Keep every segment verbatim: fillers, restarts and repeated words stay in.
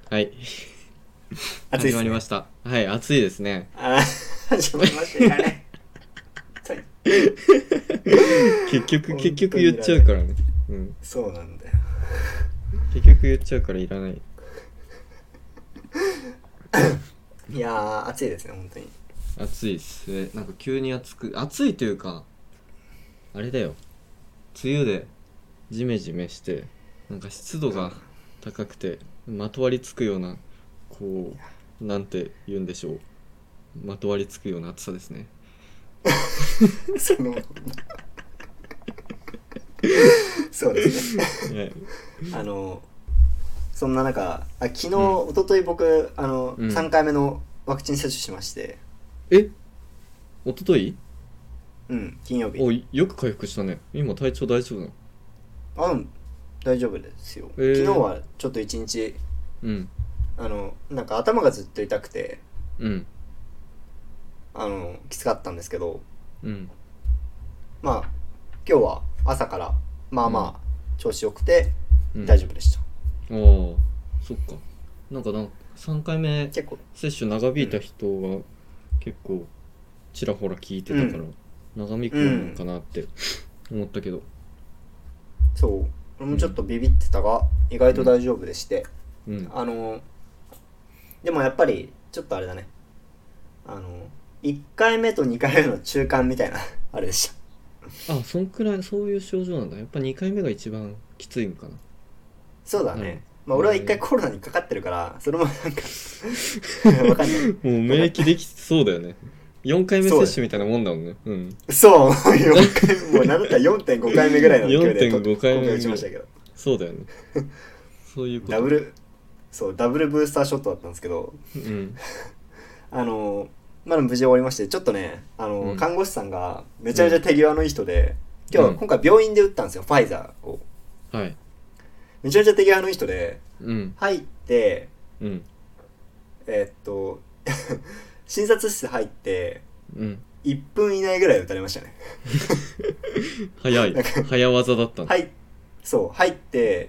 はい始暑いっすね。 まりました。はい、暑いですね。 あー始まりましたいらね。はい。 結局結本当局言っにいらない。 ちゃうからね。うん、 そうなんだよ。 結局言っちゃうからいらない。 いやー、暑いですね、本当に。 暑いっすね。なんか急に暑く暑いというか、あれだよ、梅雨でジメジメして、なんか湿度が高くてまとわりつくような、こうなんて言うんでしょう、まとわりつくような暑さですね。 その、そうですね。 はい。 あの、そんな中、あ昨日、 うん。 一昨日僕、あの、さんうん。 かいめのワクチン接種しまして、 え、一昨日うん、金曜日お、 に。 よく回復したね。今体調大丈夫なの？ あ、うん、大丈夫ですよ。 えー、 昨日はちょっと一日、 うん。 あの、なんか頭がずっと痛くて、 うん。 あの、きつかったんですけど、 うん。 まあ、今日は朝からまあうん。 まあ調子よくてうん。 大丈夫でした。 ああ、そっか。なんかなんかさんかいめ結構。 接種長引いたうん人が結構ちらほら聞いてたから、 うん長引くもんなんかうん。 なって思ったけど。 そう俺もちょっうん。 とビビってたが意外うん。 と大丈夫でして、 うん。 あのでもやっぱりちょっとあれだね、あのいっかいめとにかいめの中間みたいなあれでした。 あ、そんくらい、そういう症状なんだ。やっぱにかいめが一番きついんかな。 そうだなるほね。まあ俺は一回ど。 コロナにかかってるからそれもなんかわかんない。 えー、もうわかん免疫できそうだよね。よんかいめそうだね。 接種みたいなもんだもんね。うん。 そうよんかいめもうなんだったらよんてんごかいめぐらいの勢いでとよんてんごかい今回めぐらい。 打ちましたけど、 そうだよね。そういうことか。 ダブルそうダブルブースターショットだったんですけど、 うん。 あのまだ無事終わりまして、ちょっとね、あうん。 の看護師さんがめちゃめちゃうん。 手際のいい人で、今日うん。 今回病院で打ったんですよ、ファイザーを。 はい。 めちゃめちゃ手際のいい人で、 うん。 入ってうん。 えーっと診察室入ってうん。 いっぷん以内ぐらいで打たれましたね。 早い。 なんか早技だったんだ。 はいそう入って、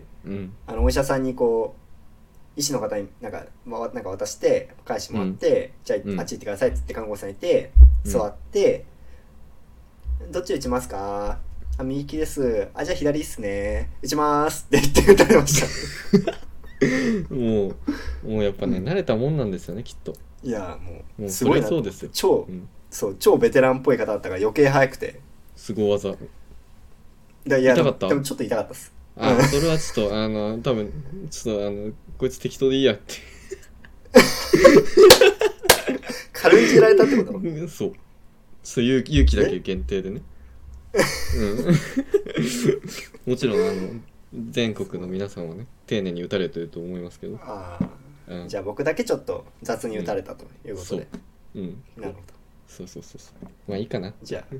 うん。 あのお医者さんにこう医師の方になんか、ま、なんか渡して返してもらっうん。 て、じゃああっうん。 ち行ってくださいって言って看護師さんいて、座うん。 って、どっち打ちますか？あ、右利きです。あ、じゃあ左っすね。打ちまーすって言って打たれました。 もう、もうやっぱね、 うん。 慣れたもんなんですよね、きっと。 いや、もう、 もうそりすごいなと思って。 ゃそうですよ。 超、 うん。 そう、超ベテランっぽい方だったから余計早くて。 凄技。 だいや、でも、 痛かった？ でもちょっと痛かったっす。うん。 あ、それはちょっと、あの、多分、ちょっと、あの、こいつ適当でいいやって。 軽んじられたってこと？ うん、そう。そういう勇気だけえ限定でね。うん。もちろん、あの、全国の皆さんはね、丁寧に打たれてると思いますけど。 ああ。 うん。 じゃあ僕だけちょっと雑にうん。 打たれたということそう。 で。 うん。 なるほど。 そうそうそうそう。まあいいかな。 じゃ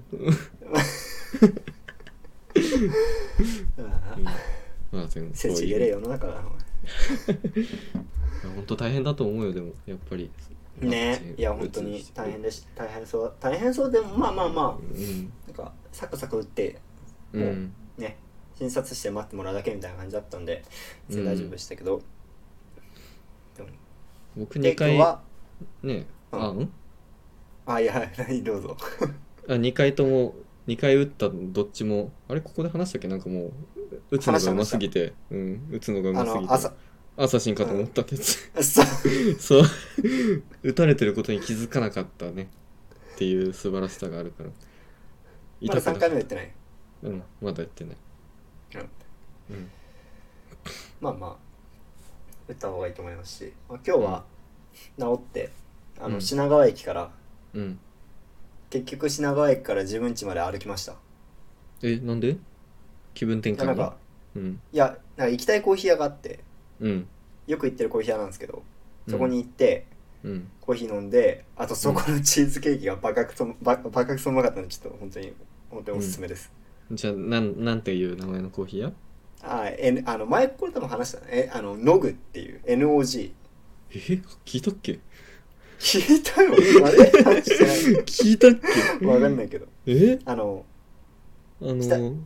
あ、 うん。まあ、全然世知辛いそういうね。 世の中だな。 いや本当大変だと思うよ、でも、やっぱり、ワクチンね、いや打本当につ人。 大変でし大変そう大変そうでも、まあまあまうん。 あなんかサクサク打ってもうん。 うね、診察して待ってもらうだけみたいな感じだったんで全然大丈夫うん。 でしたけど、でも僕2回、 で今日はね、あ、 うんんあいやはいどうぞ。 あ、にかいとも、にかい打ったどっちも、あれ、ここで話したっけ？なんかもう、打つのがうま話した話した。 すぎて、うん、打つのがうあますぎて、 の朝アサシンかと思っうんたってやつ。 そうそう、打たれてることに気づかなかったねっていう素晴らしさがあるから、 まだ3 痛くなかった。 回目打ってない。 うん、まだやってない。 うん、 うん、 まあまあ打った方がいいと思いますし、まあ、今日うん、 は治ってあうん、 の品川駅から、 うん。 結局品川駅から自分家まで歩きました。いえ、なんで？気分転換に？ やなんかうん、 いやなんか行きたいコーヒー屋があって、 うん、 よく行ってるコーヒー屋なんですけど、そこうん、 に行ってうん、 コーヒー飲んで、あとうん、 そこのチーズケーキがバカクソババカクソうまかったので、ちょっと本当に本当におすすうん。 めです。 じゃあ、なん、なんていう名前のコーヒー屋？ あえあの前これ多分話したね、えあのノグっていう ノグえ、聞いたっけ？ 聞いたよあれ話してない。 聞いたっけ？ わかんないけど、 え、 あのあしたの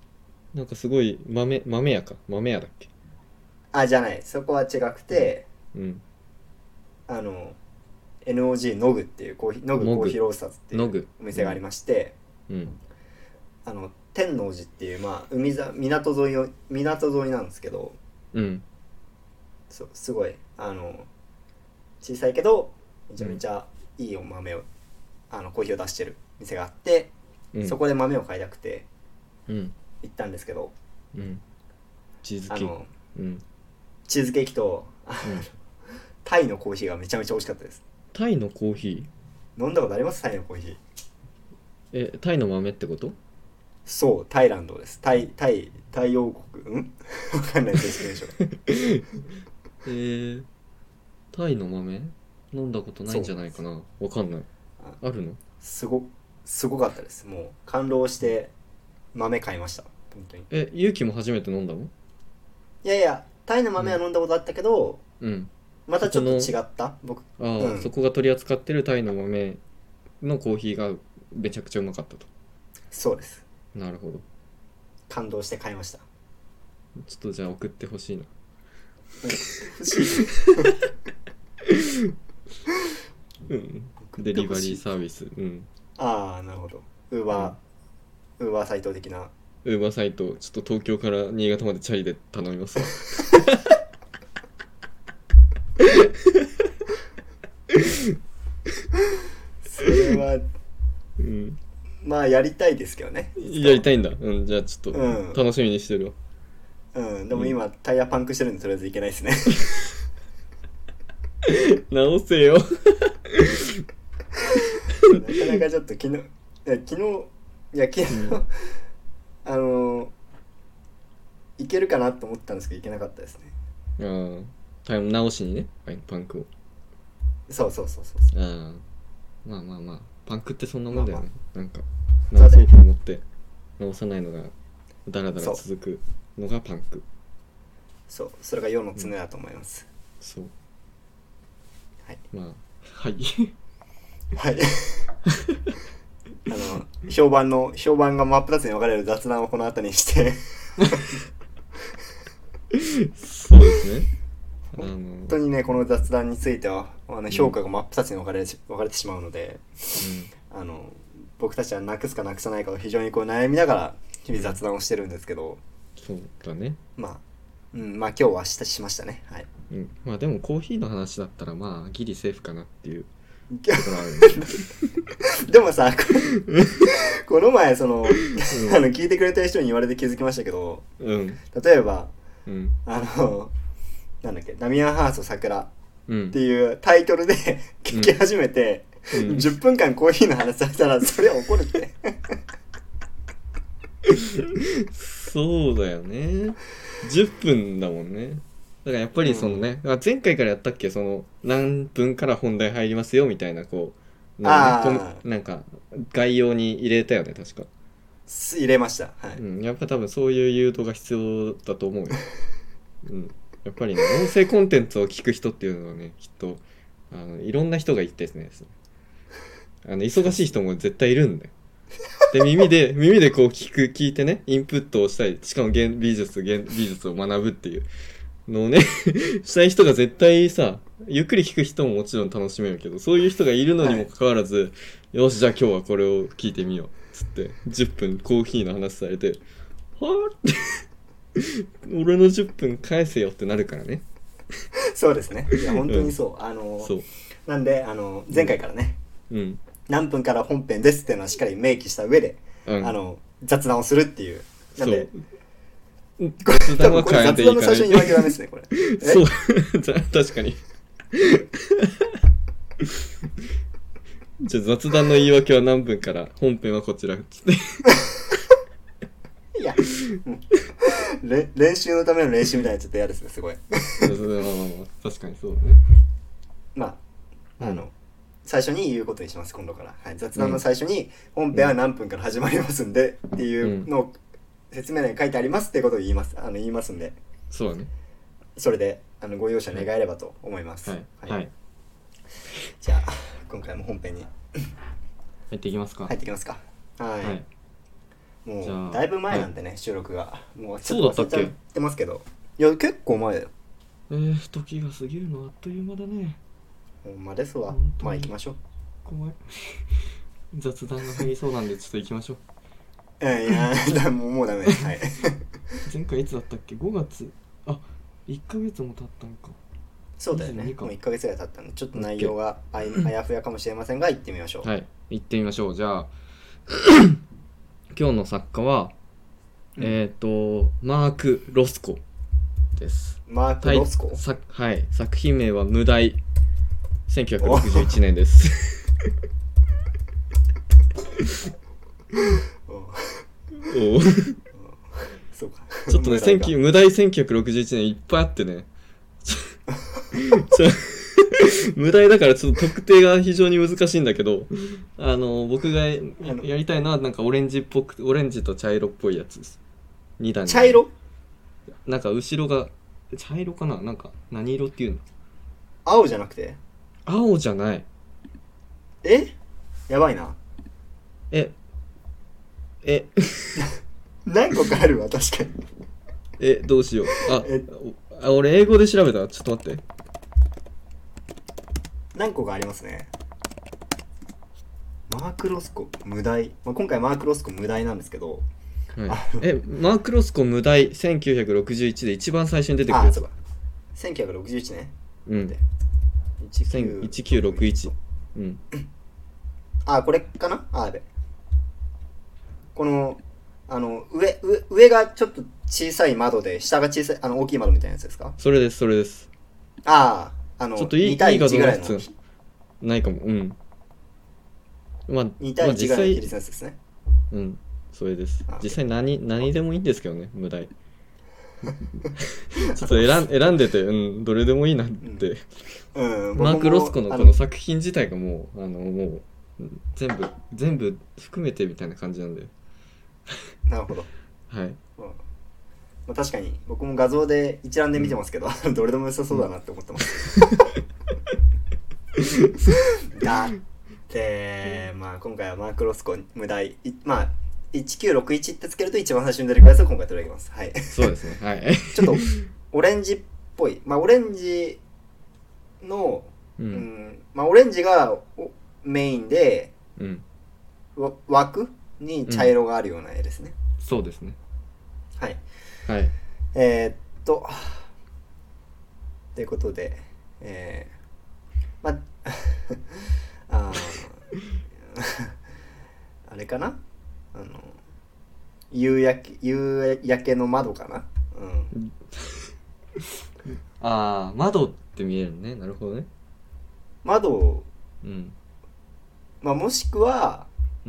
なんかすごい豆豆屋か豆屋だっけ？ あじゃない、そこは違くて、 うんあの エヌオージー ノグっていうコーヒーノグコーヒーロースターズっていうノグお店がありまして、 うんあの天王寺っていう、まあ、海ざ港沿いを港沿いなんですけど、 うんそうすごいあの小さいけどめちゃめちゃいいお豆を、あのコーヒーを出してる店があって、 うん、 そこで豆を買いたくてうん行ったんですけど、 うんチーズケーキ。 あのうんチーズケーキとうんタイのコーヒーがめちゃめちゃ美味しかったです。 タイのコーヒ飲んだことあります？タイのコーヒー。 ーえタイの豆ってこと？ そうタイランドです。タイタイタイ王国うんわかんない正式名称えー、タイの豆飲んだことないんじゃないかな。わかんない。あるの？ すごすごかったです。もう感動して豆買いました本当に。 えゆうきも初めて飲んだの？ いやいやタイの豆は飲んだことあったけど、 うんまたちょっと違った僕。 ああ、 うんそこが取り扱ってるタイの豆のコーヒーがめちゃくちゃうまかったと。 そうです。 なるほど。 感動して買いました。 ちょっとじゃあ送ってほしいな。 欲しいうんデリバリーサービス。うんああなるほど。ウーバー、ウーバーサイト的な。 ウーバーサイトちょっと東京から新潟までチャリで頼みますわ。 それはうんまあやりたいですけどね。 やりたいんだ。うんじゃあちょっとうん楽しみにしてるわ。 うんでも今、タイヤパンクしてるんでとりあえずいけないですね。 直せよ。 なかなかちょっと昨日いや昨日いや昨日、 うん、 あのいけるかなと思ったんですけどいけなかったですね。 ああタイム直しにねパンクを。 そうそうそうそうそう。 ああまあまあまあパンクってそんなもんだよね、 まあなんかそうだよ直そうと思って直さないのがダラダラ続くのがパンク。 そうそれが世の常だと思います、 そうはいまあはいはいあの評判の評判が真っ二つに分かれる雑談をこの後にしてそうですね。あの本当にねこの雑談についてはあの評価が真っ二つに分かれ分かれてしまうので、あの僕たちはなくすかなくさないかを非常にこう悩みながら日々雑談をしてるんですけど、 そうだね。 まあ、うん、まあ今日はししましたね。はい。 うん、まあでもコーヒーの話だったらまあギリセーフかなっていうところあるね。 でもさここの前その、うん、あの聞いてくれてる人に言われて気づきましたけど、 うん、 例えば、 うん、 あのなんだっけダミアン・ハースト桜ってうん、 いうタイトルで聞き始めて、うん、じゅっぷんかんコーヒーの話されたらそれは怒るってそうだよね。じゅっぷんだもんね。だからやっぱりそのね、うん、前回からやったっけその何分から本題入りますよみたいなこう、ね、あなんか概要に入れたよね確か。 入れました、はい、 うん、やっぱ多分そういう誘導が必要だと思うよ。うん、やっぱりね音声コンテンツを聞く人っていうのはねきっとあのいろんな人がいてですねあの忙しい人も絶対いるんだよ。で耳で耳でこう聞く聞いてねインプットをしたりしかも現美術現美術を学ぶっていうのをねしたい人が絶対さゆっくり聞く人ももちろん楽しめるけどそういう人がいるのにもかかわらず、はい、よしじゃあ今日はこれを聞いてみようっつってじゅっぷんコーヒーの話されてはぁって俺のじゅっぷん返せよってなるからね。 そうですね。いや本当にそう、うん、あのそうなんであの前回からね、うん、何分から本編ですっていうのはしっかり明記した上で、うん、あの雑談をするっていうなんで雑談は変えていかない。雑談の最初に言わなきゃダメですねこれ。 そう確かにじゃあ雑談の言い訳は何分から本編はこちらっつっていや、うん、練習のための練習みたいなちょっと嫌ですねすごいまあまあまあ確かにそうだね。 まああの、うん、最初に言うことにします今度から、はい、雑談の最初に本編は何分から始まりますんで、うん、っていうのを説明欄に書いてありますっていうことを言いますあの言いますんでそうだねそれであのご容赦願えればと思います。 はい、はいはい、 じゃあ今回も本編に入っていきますか。 入っていきますか。はい、はい、もうだいぶ前なんでね、はい、収録がもうちょっと忘れちゃってますけどいや結構前だよ。 えー、時が過ぎるのあっという間だね。 ほんまですわ。まあ行きましょう。 怖い雑談が入りそうなんでちょっと行きましょう。 うん、いやだもうもうダメです。はい前回いつだったっけ？ ご 月。あ、いっかげつも経ったんか。 そうだよね。もういっかげつぐらい経ったんでちょっと内容があやふやかもしれませんが行ってみましょう。 はい、行ってみましょう。じゃあ今日の作家は、うん、えっ、ー、とマーク・ロスコです。 マーク・ロスコ、 はい、作品名は無題、せんきゅうひゃくろくじゅういちねんですおおそうかちょっとね無題せんきゅうひゃくろくじゅういちねんいっぱいあってね無題だからちょっと特定が非常に難しいんだけど、あの僕が や, やりたいのはなんかオレンジっぽく、オレンジと茶色っぽいやつです。にだん茶色なんか後ろが茶色かな、なんか何色っていうの？ 青じゃなくて？ 青じゃない。 えやばいな。 ええ何個かあるわ確かに。 えどうしよう。ああ俺英語で調べた。ちょっと待って。 何個かありますね。マーク・ロスコ無題、まあ、今回マーク・ロスコ無題なんですけど、 はい、えマーク・ロスコ無題せんきゅうひゃくろくじゅういちで一番最初に出てくるやつ。あ、そうか。 せんきゅうひゃくろくじゅういちね。 うんせんきゅうひゃくろくじゅういち。うんあ、これかな。あれこのあの 上, 上, 上がちょっと小さい窓で下が小さいあの大きい窓みたいなやつですか？ それですそれです。 ああ、あのちょっといいに対いちぐらいのないかも。うんまあに対いちぐらいの比率のやつですね。 うん、それです。実際何何でもいいんですけどね、無題。ちょっと選ん選んでて、うん、どれでもいいなって、うんうん、マーク・ロスコのこの作品自体がもうあのもう全部全部含めてみたいな感じなんで。 なるほど。 はい、うん、 まあ、確かに僕も画像で一覧で見てますけど、うん、どれでも良さそうだなって思ってます、うん、だってまあ今回はマーク・ロスコ無題まあいちきゅうろくいちってつけると一番最初に出てくるやつを今回取り上げます。はい。 そうですね。はい。 ちょっとオレンジっぽい、まあオレンジの、うん、うん、まあオレンジがメインで、うん、枠に茶色があるような絵ですね。 うん、そうですね。 はい。 はい。 えー、っとということで、えー、まあああれかな。あの夕焼け夕焼けの窓かな、うん、 ああ窓って見えるね。なるほどね。 窓、 うん、 まあもしくは、 うん、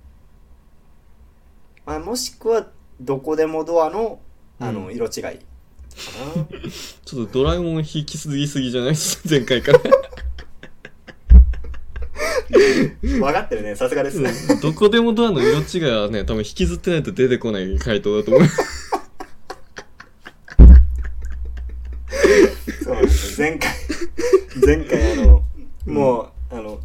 まあもしくはどこでもドアのあの、うん、色違いかな。 ちょっとドラえもん引きすぎすぎじゃない前回から。 分かってるね、さすがですね。 どこでもドアの色違いはね、多分引きずってないと出てこない回答だと思う。 そうなんですよ。前回前回あの、うん、もうあの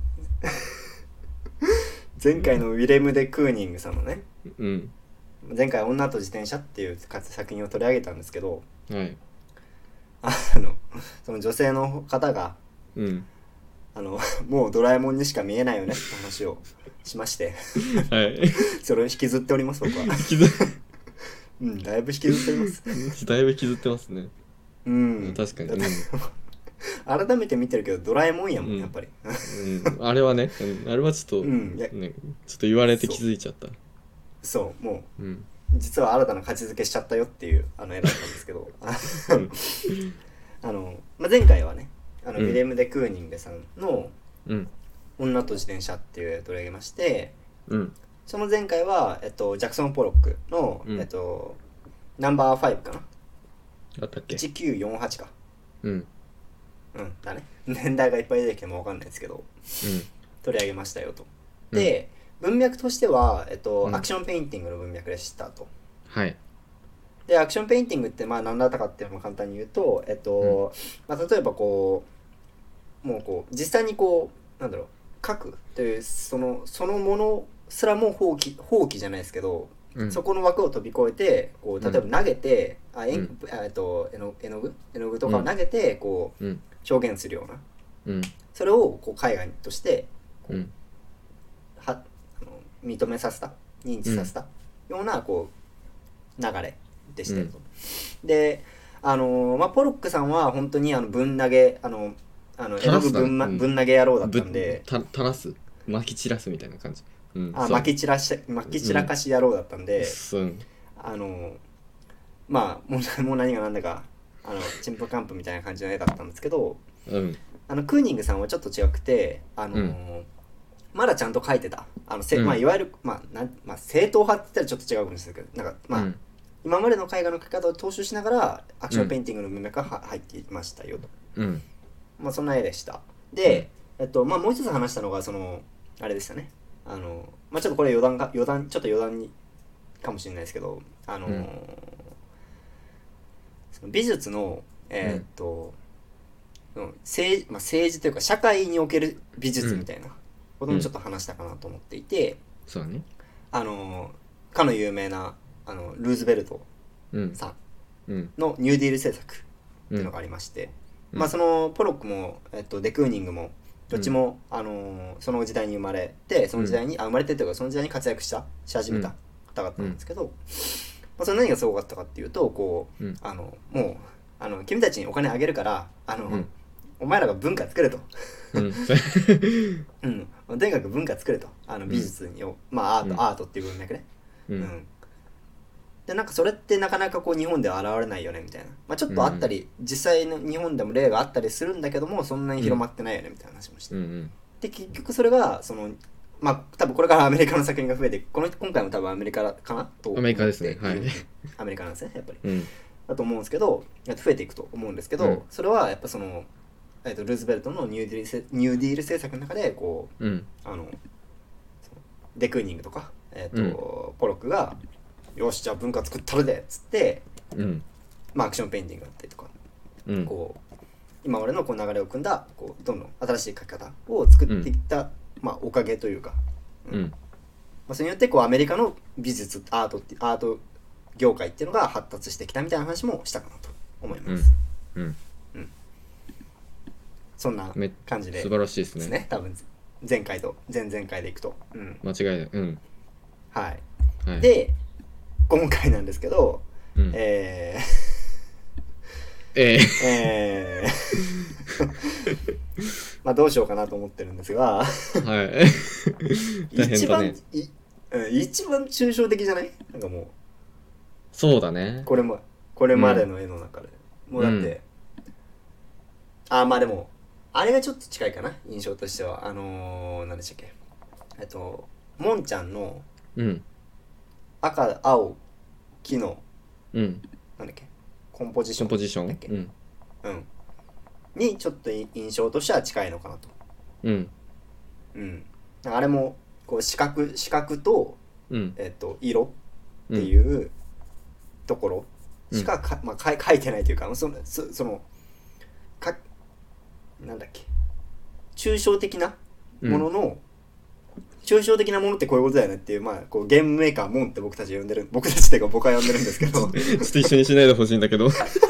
前回のウィレム・デ・クーニングさんのね、うん、前回女と自転車っていう作品を取り上げたんですけど、はい、あのその女性の方が、うん、あのもうドラえもんにしか見えないよねって話をしまして、はい、それを引きずっております。僕は引きずうんだいぶ引きずっておりますだいぶ引きずってますね。 うん、 確かに、うん、 改めて見てるけどドラえもんやもん、うん、やっぱり、 うん、あれはね、あれはちょっと、うんね、ちょっと言われて気づいちゃった。 そう、そうもう、うん、実は新たな価値づけしちゃったよっていうあの絵だったんですけどあの、まあ、前回はねあの、うん、ウィレム・デ・クーニングさんの女と自転車っていう絵を取り上げまして、うん、その前回は、えっと、ジャクソン・ポロックの、うん、えっと、ナンバーファイブかな。 あったっけ？ いちきゅうよんはちか。 うんうんだね。年代がいっぱい出てきても分かんないですけど、うん、取り上げましたよと。で、うん、文脈としては、えっとうん、アクションペインティングの文脈でしたと。 はい。 でアクションペインティングってまあ何だったかっていうのも簡単に言うと、えっとうんまあ、例えばこうもうこう実際にこうなんだろう描くというそのそのものすらも放棄放棄じゃないですけど、 うん、そこの枠を飛び越えてこう例えば投げて、うん、あえんえっと絵の絵の具絵の具とかを投げてこう、うん、表現するような、うん、それをこう絵画としてこう、うん、はあの認めさせた認知させたようなこう流れでしてると、うん、であのー、まあポロックさんは本当にあのぶん投げあのあの絵の具ぶん、ま、ぶん投げ野郎だったんでた垂らす撒き散らすみたいな感じ、 うん、あ撒き散らし撒き散らかし野郎だったんで、うん、あのまあもう、もう何が何だかあのチンプカンプみたいな感じの絵だったんですけど、うん、あのクーニングさんはちょっと違くてあのーうん、まだちゃんと描いてたあのせ、うんまあ、いわゆる、まあなんまあ、正統派って言ったらちょっと違うかもしれないけどなんかまあ、うん、今までの絵画の描き方を踏襲しながらアクションペインティングの文脈が入っていましたよと、うんまあ、そんな絵でしたで、うんえっとまあ、もう一つ話したのがそのあれでしたねあの、まあ、ちょっとこれ余談か余談ちょっと余談にかもしれないですけどあの、うん、その美術のえー、っと、うん、政, まあ、政治というか社会における美術みたいなこともちょっと話したかなと思っていて、うん、 そうだねあのかの有名なあのルーズベルトさんのニューディール政策っていうのがありまして、うん、まあそのポロックも、えっと、デクーニングもどっちも、うん、あのその時代に生まれてその時代に、うん、あ生まれてというかその時代に活躍したし始めた方々なんですけど、うんまあ、それ何がすごかったかっていうとこう、うん、あのもうあの君たちにお金あげるからあの、うん、お前らが文化作れと、うんうん、とにかく文化作れとあの美術に、うん、まあアート、うん、アートっていう文脈ね、うんうん、でなんかそれってなかなかこう日本では現れないよねみたいな、まあ、ちょっとあったり、うん、実際の日本でも例があったりするんだけどもそんなに広まってないよねみたいな話もして、うんうん、で結局それがそのまあ多分これからアメリカの作品が増えてこの今回も多分アメリカかなとアメリカですねはいアメリカなんですねやっぱり、うん、だと思うんですけど増えていくと思うんですけど、うん、それはやっぱその、えー、とルーズベルトのニューディール、ニューディール政策の中でこう、うん、あのデクーニングとか、えーとうん、ポロックがよしじゃあ文化作ったるでっつって、うんまあ、アクションペインティングだったりとか、うん、こう今までのこう流れを組んだこうどんどん新しい描き方を作っていった、うんまあ、おかげというか、うんまあ、それによってこうアメリカの美術アートってアート業界っていうのが発達してきたみたいな話もしたかなと思います、うんうんうん、そんな感じで素晴らしいですね、ですね多分前回と前々回でいくと、 うん、間違いない、うんはい、はい、で今回なんですけど、うん、えーえー、えー、まあどうしようかなと思ってるんですが、はい、一番、ね、い一番抽象的じゃない？なんかもうそうだね。 これもこれまでの絵の中で、うん、もうだって、うん、あまあでもあれがちょっと近いかな印象としてはあのー、何でしたっけえっともんちゃんの赤青木の、うん、なんだっけコンポジションコンポジションだっけ、うん、うん、にちょっと印象としては近いのかなと、うんうん、あれもこう視覚視覚と、うんえっと、色っていうところしかか、うんまあ、か書いてないというかそのそそのかなんだっけ抽象的なものの、うん抽象的なものってこういうことだよねっていう、まあ、こうゲームメーカーモンって僕たち呼んでる僕たちっていうか僕は呼んでるんですけどちょっと一緒にしないでほしいんだけど失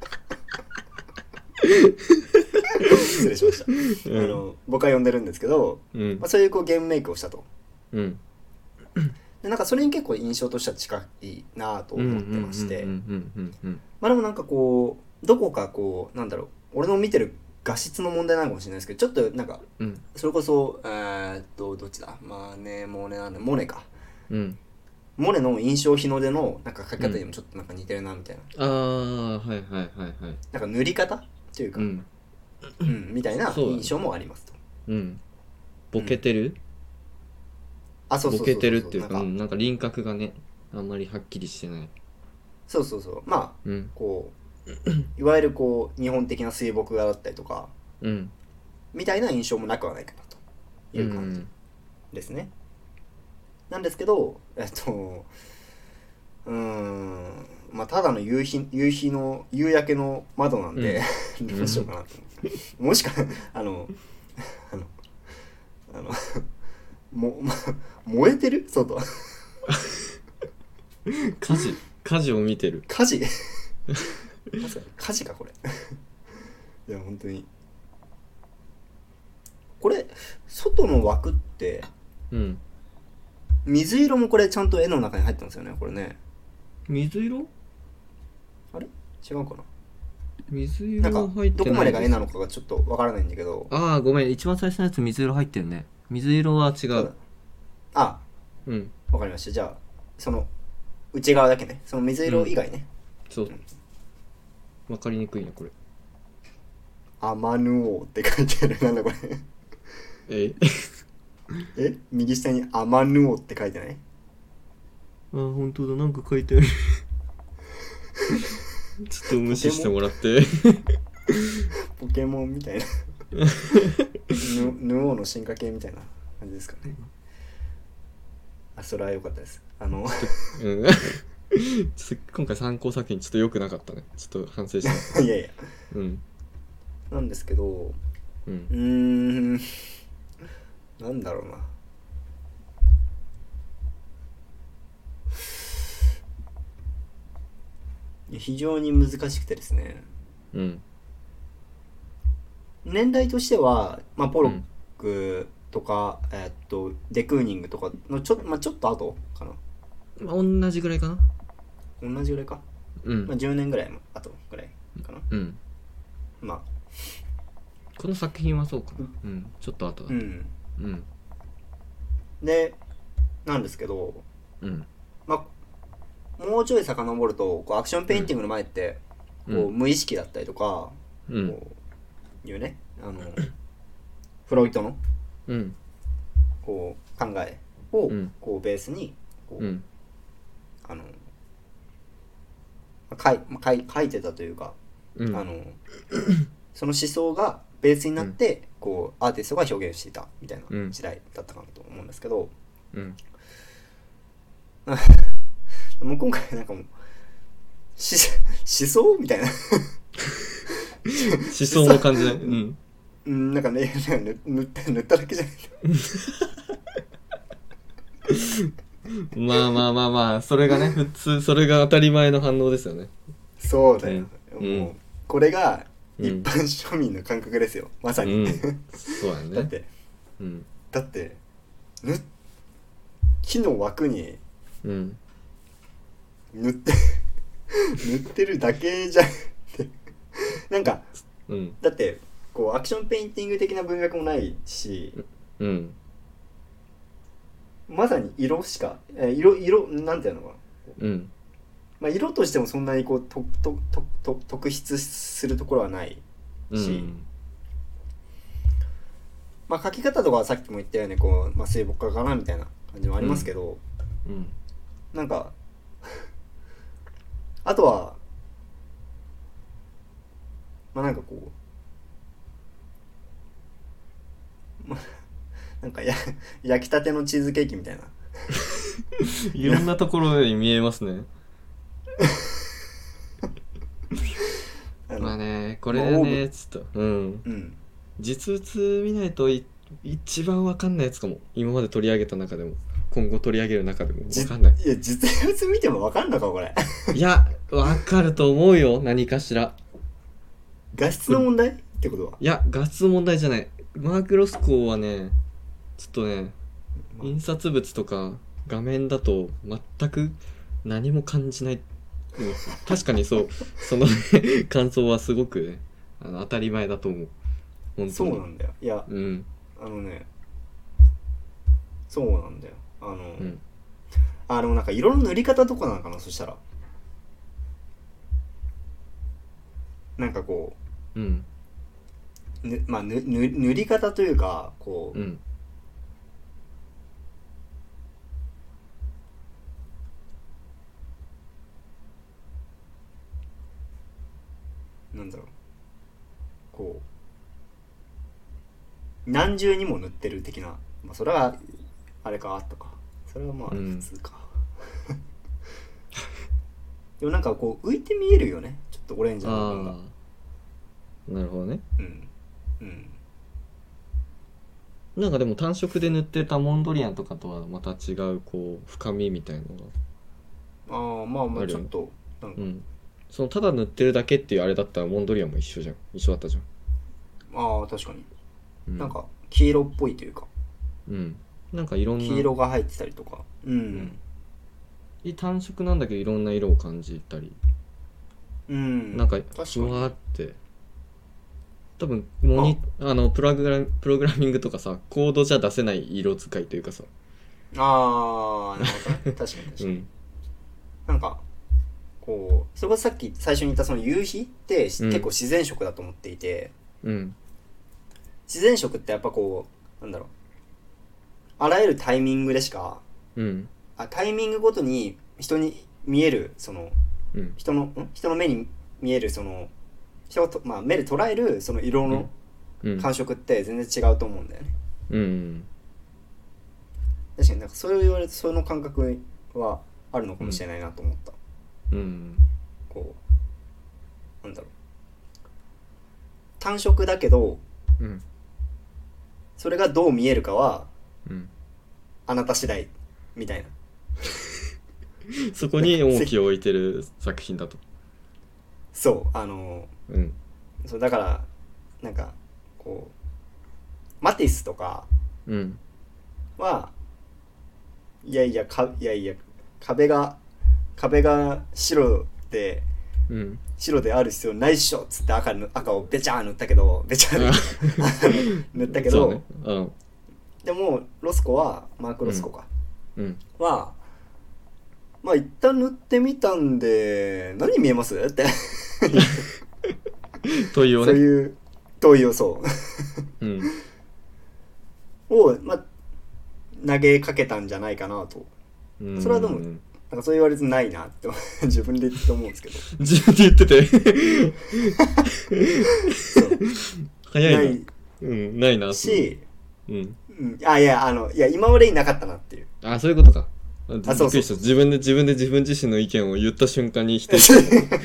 礼しました、うん、あの僕は呼んでるんですけど、うんまあ、そういうこうゲームメイクをしたと、うん、でなんかそれに結構印象としては近いなと思ってましてまあでもなんかこうどこかこうなんだろう俺の見てる画質の問題なのかもしれないですけどちょっとなんか、うん、それこそえー、っとどっちだまあねモネなんでモネか、うん、モネの印象日の出のなんか描き方にもちょっとなんか似てるなみたいな、 うん、ああはいはいはいはいなんか塗り方っていうか、うんうん、みたいな印象もありますと、 うん、ボケてる、うん、 あそうそうそうそうボケてるっていうかなんか、うん、なんか輪郭がねあんまりはっきりしてないそうそうそうまあ、うん、こういわゆるこう日本的な水墨画だったりとか、うん、みたいな印象もなくはないかなという感じですね、うん、なんですけどえっとうーんまあただの夕日夕日の夕焼けの窓なんで、うん、どうしようかなと思って、うん、もしかあのあのあのも、ま、燃えてる外火事火事を見てる。 火事まさか火事かこれいや本当にこれ外の枠ってうん水色もこれちゃんと絵の中に入ってますよねこれね。 水色あれ違うかな。 水色なんか入ってないです。 どこまでが絵なのかがちょっとわからないんだけど。 ああごめん、一番最初のやつ水色入ってるね。水色は違う。 あうんわかりました。じゃあその内側だけね、その水色以外ね、 うん、そう、うん、わかりにくいねこれ。 アマヌオって書いてある。なんだこれええ右下にアマヌオって書いてない？ あー本当だ、なんか書いてあるちょっと無視してもらってポケモンみたいなヌヌオの進化系みたいな感じですかね。あ、それは良かったです。あの、うん、 ちょっと今回参考作品ちょっと良くなかったね。ちょっと反省します。 いやいや、 うん、 なんですけど、 うん、 うーん、なんだろうな。非常に難しくてですね、 うん、 年代としては、まあ、ポロックとか、うん、えー、っとデクーニングとかのちょ、まあ、ちょっと後かな。 まあ、同じぐらいかな。 同じぐらいか、 うん、 まあ、じゅうねんぐらい後ぐらいかな。 うん、 まあこの作品はそうかな、うん、ちょっと後だ。うん、うん、 でなんですけど、 うん、 まあもうちょい遡るとこうアクションペインティングの前って、うん、こう無意識だったりとか、うん、こういうね、あのフロイトの、うん、こう考えをこうベースにこう、うん、あの書い、書い、書いてたというか、うん、あのその思想がベースになって、うん、こうアーティストが表現していたみたいな時代だったかなと思うんですけど、うん、もう今回なんかもうし思想みたいな思想の感じで、うんうん、なんかね塗った塗っただけじゃないまあまあまあまあそれがね普通それが当たり前の反応ですよね。 そうだよ、うん、もうこれが一般うん、 庶民の感覚ですよまさに、うん、 そうだね。 だって、 うん、 だってぬ木の枠に塗って塗ってるだけじゃってなんか、うん、だってこうアクションペインティング的な文脈もないし、うん、まさに色しか、えー、色色なんていうのかな、うんまあ、色としてもそんなにこうとととと特筆するところはないし、うん、まあ書き方とかはさっきも言ったようにこう、まあ、水墨画かなみたいな感じもありますけど、うんうん、なんかあとはまあなんかこう、まあ、なんかや焼きたてのチーズケーキみたいないろんなところに見えますねまあねこれね、まあ、ちょっと、うん、うん、実物見ないとい一番わかんないやつかも。今まで取り上げた中でも今後取り上げる中でもわかんない。 いや実物見てもわかんのかこれいやわかると思うよ。何かしら画質の問題ってことは。 いや画質の問題じゃない。マーク・ロスコーはねちょっとね印刷物とか画面だと全く何も感じない。確かにそうその感想はすごくねあの当たり前だと思う。本当にそうなんだよ。いや、うん、あのねそうなんだよ。あの、うん、あのなんか色の塗り方とかなのかな。そしたらなんかこう、うんぬまあ、ぬぬ塗り方というかこう、うん、なんだろうこう何重にも塗ってる的な、まあ、それはあれかとかそれはまあ普通か、うん、でもなんかこう浮いて見えるよねちょっとオレンジの部分が。 なるほどね。 うんうんなんかでも単色で塗ってたモンドリアンとかとはまた違うこう深みみたいなのがああまあまあるよねあちょっとなんか、 うんそのただ塗ってるだけっていうあれだったらモンドリアンも一緒じゃん一緒だったじゃんああ確かに、 うんなんか黄色っぽいというかうんなんかいろんな黄色が入ってたりとかうん、 うん、単色なんだけどいろんな色を感じたり、 うん、 なんか確かふわーにって多分モニあのプログラプログラミングとかさコードじゃ出せない色使いというかさああなるほどね確かに確かに、うん、なんかこうそれこそさっき最初に言ったその夕日って、うん、結構自然色だと思っていて、うん、自然色ってやっぱこうなんだろうあらゆるタイミングでしか、うん、あタイミングごとに人に見えるその、うん、人のん人の目に見えるその人がと、まあ、目で捉えるその色の感触って全然違うと思うんだよね、うんうん、確かになんかそれを言われるとその感覚はあるのかもしれないなと思った、うんうん、こうなんだろう単色だけど、うん、それがどう見えるかは、うん、あなた次第みたいなそこに重きを置いてる作品だとそうあの、うん、そうだからなんかこうマティスとかは、うん、いやいやかいやいや壁が壁が白で、うん、白である必要ないっしょっつって赤の赤をベチャー塗ったけどベチャー塗ったけど、ねうん、でもロスコはマーク・ロスコか、うんうん、はまあ一旦塗ってみたんで何見えますって問いをねそういう問いをそう、うん、を、まあ、投げかけたんじゃないかなとうんそれはでもなんかそう言われてないなって自分で言って思うんですけど自分で言っててそう早いなないうん、ないなし、うんうん、あいやあのいや今までになかったなっていうあそういうことかあそうそうそう自分で自分で自分自身の意見を言った瞬間に否定して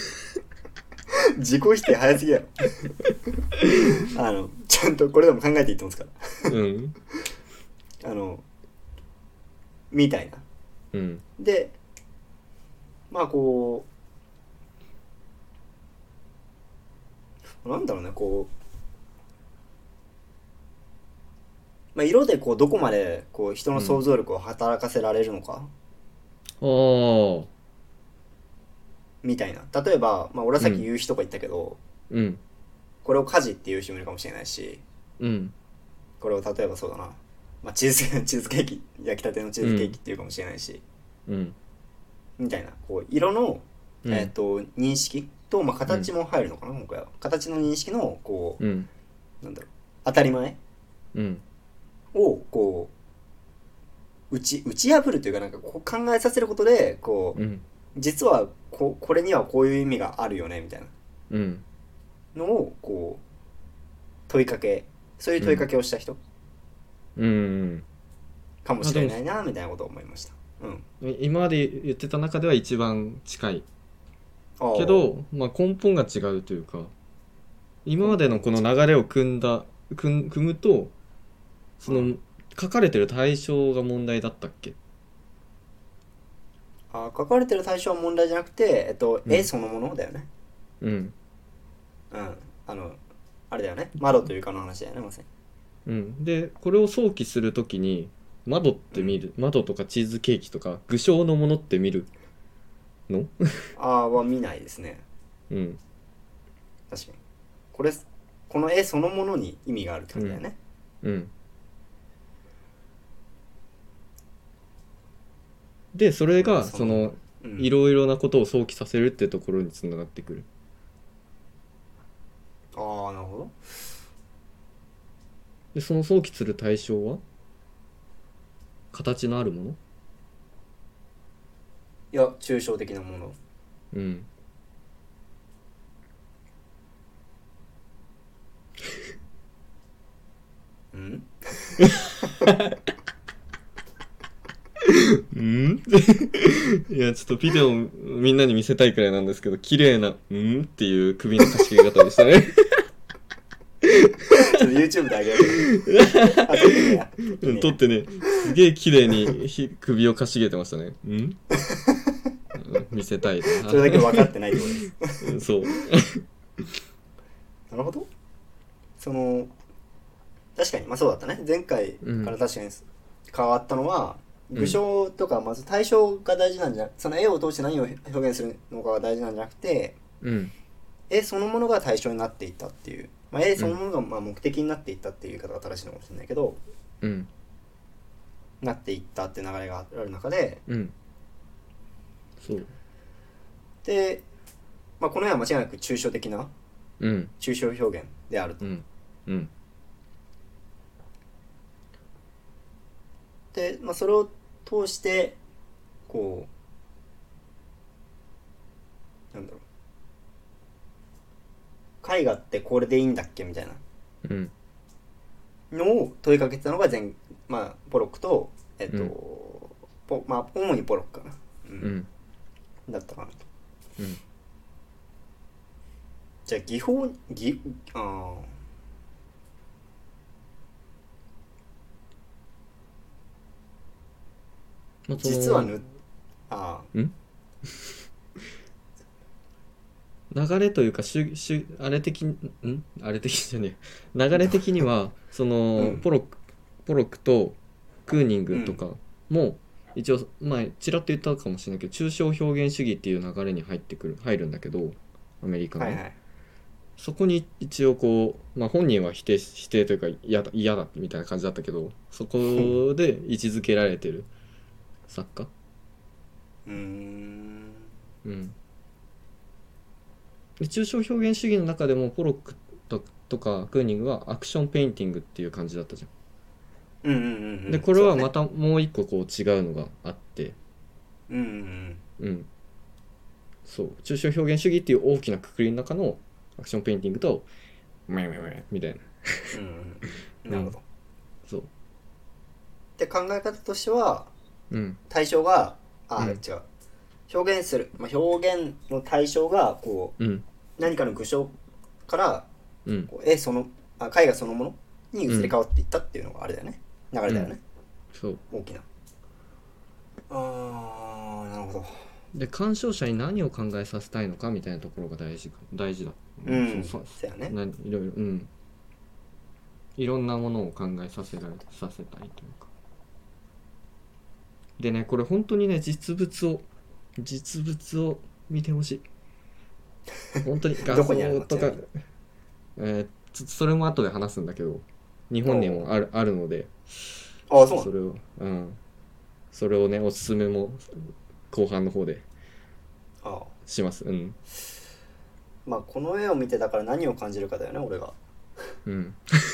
自己否定早すぎやろあのちゃんとこれでも考えていいと思うんですからうんあのみたいな、うん、でまあこうなんだろうねこう、まあ、色でこうどこまでこう人の想像力を働かせられるのか、うん、みたいな例えば、まあ、俺はさっき夕日とか言ったけど、うん、これを火事っていう人もいるかもしれないし、うん、これを例えばそうだな、まあ、チーズチーズケーキ焼きたてのチーズケーキっていうかもしれないし、うん、みたいなこう色の、うんえー、と認識と、まあ、形も入るのかな、うん、今回は形の認識のこう、うん、なんだろう当たり前、うん、をこう打ち打ち破るというかなんかこう考えさせることでこう、うん、実はここれにはこういう意味があるよねみたいなのをこう問いかけそういう問いかけをした人、うん、かもしれないなみたいなことを思いました、 うん、今まで言ってた中では一番近いけど、まあ、根本が違うというか今までのこの流れを組んだ組むとその、うん、書かれてる対象が問題だったっけあ書かれてる対象は問題じゃなくて、えっとうん、絵そのものだよねうんうんあのあれだよね窓というかの話だよねまさにうんでこれを想起するときに窓って見る、うん、窓とかチーズケーキとか具象のものって見るのああは見ないですねうん確かにこれこの絵そのものに意味があるって感じだよねうん、うんでそれがそのいろいろなことを想起させるってところにつながってくるああなるほどでその想起する対象は形のあるものいや抽象的なものうんうんんいやちょっとビデオみんなに見せたいくらいなんですけど綺麗な「ん?」っていう首のかしげ方でしたねちょっと YouTube であげる撮ってねすげえ綺麗に首をかしげてましたねん見せたいなそれだけ分かってないってことですそうなるほど。その確かにまあそうだったね。前回から確かに変わったのは、うん、具象とかまず対象が大事なんじゃなくて、その絵を通して何を表現するのかが大事なんじゃなくて、 うん、 絵そのものが対象になっていったっていう、まあ、絵そのものがまあ目的になっていったっていう言い方が正しいのかもしれないけど、 うん、 なっていったって流れがある中で、 うん、そうで、まあ、この絵は間違いなく抽象的な、 うん、 抽象表現であると、 うんうん、 で、まあ、それを通してこうなんだろう、絵画ってこれでいいんだっけみたいなのを問いかけてたのが前、まあ、ポロックと、えっと、うん、ポまあ、主にポロックかな、うん、うん、だったかなと、 うん、 じゃあ技法技あ実はぬああん流れというかしゅしゅあれ的んあれ的じゃねえ流れ的にはその、うん、ポロックポロックとクーニングとかも一応前ちらっと言ったかもしれないけど抽象表現主義っていう流れに入ってくる入るんだけどアメリカの、はいはい、そこに一応こう、まあ、本人は否定否定というか嫌だ嫌だみたいな感じだったけどそこで位置づけられてる作家うーんうん抽象表現主義の中でもポロック と, とかクーニングはアクションペインティングっていう感じだったじゃん。うんうんうん、うん、 でこれはまたもう一個こう違うのがあって、 うんうんうん、うん、そう抽象表現主義っていう大きな括りの中のアクションペインティングとメメメみたいなうん、なるほど、うん、 そうで考え方としては、 うん、 対象があ、うん、違う表現する、まあ、表現の対象がこう、うん、何かの具象から、うん、こう絵そのあ絵画そのものに移り変わっていったっていうのがあれだよね、流れだよね、 うん、そう大きなあーなるほど。 で鑑賞者に何を考えさせたいのかみたいなところが大事大事だ、 うん、そうそうやね、 いろいろうんいろんなものを考えさせられさせたいというかでねこれ本当にね実物を実物を見てほしい本当に画像とかえー、それも後で話すんだけど日本にもあるあるのであそうそれをうんそれをねおすすめも後半の方でします。うんまあこの絵を見てだから何を感じるかだよね俺がうん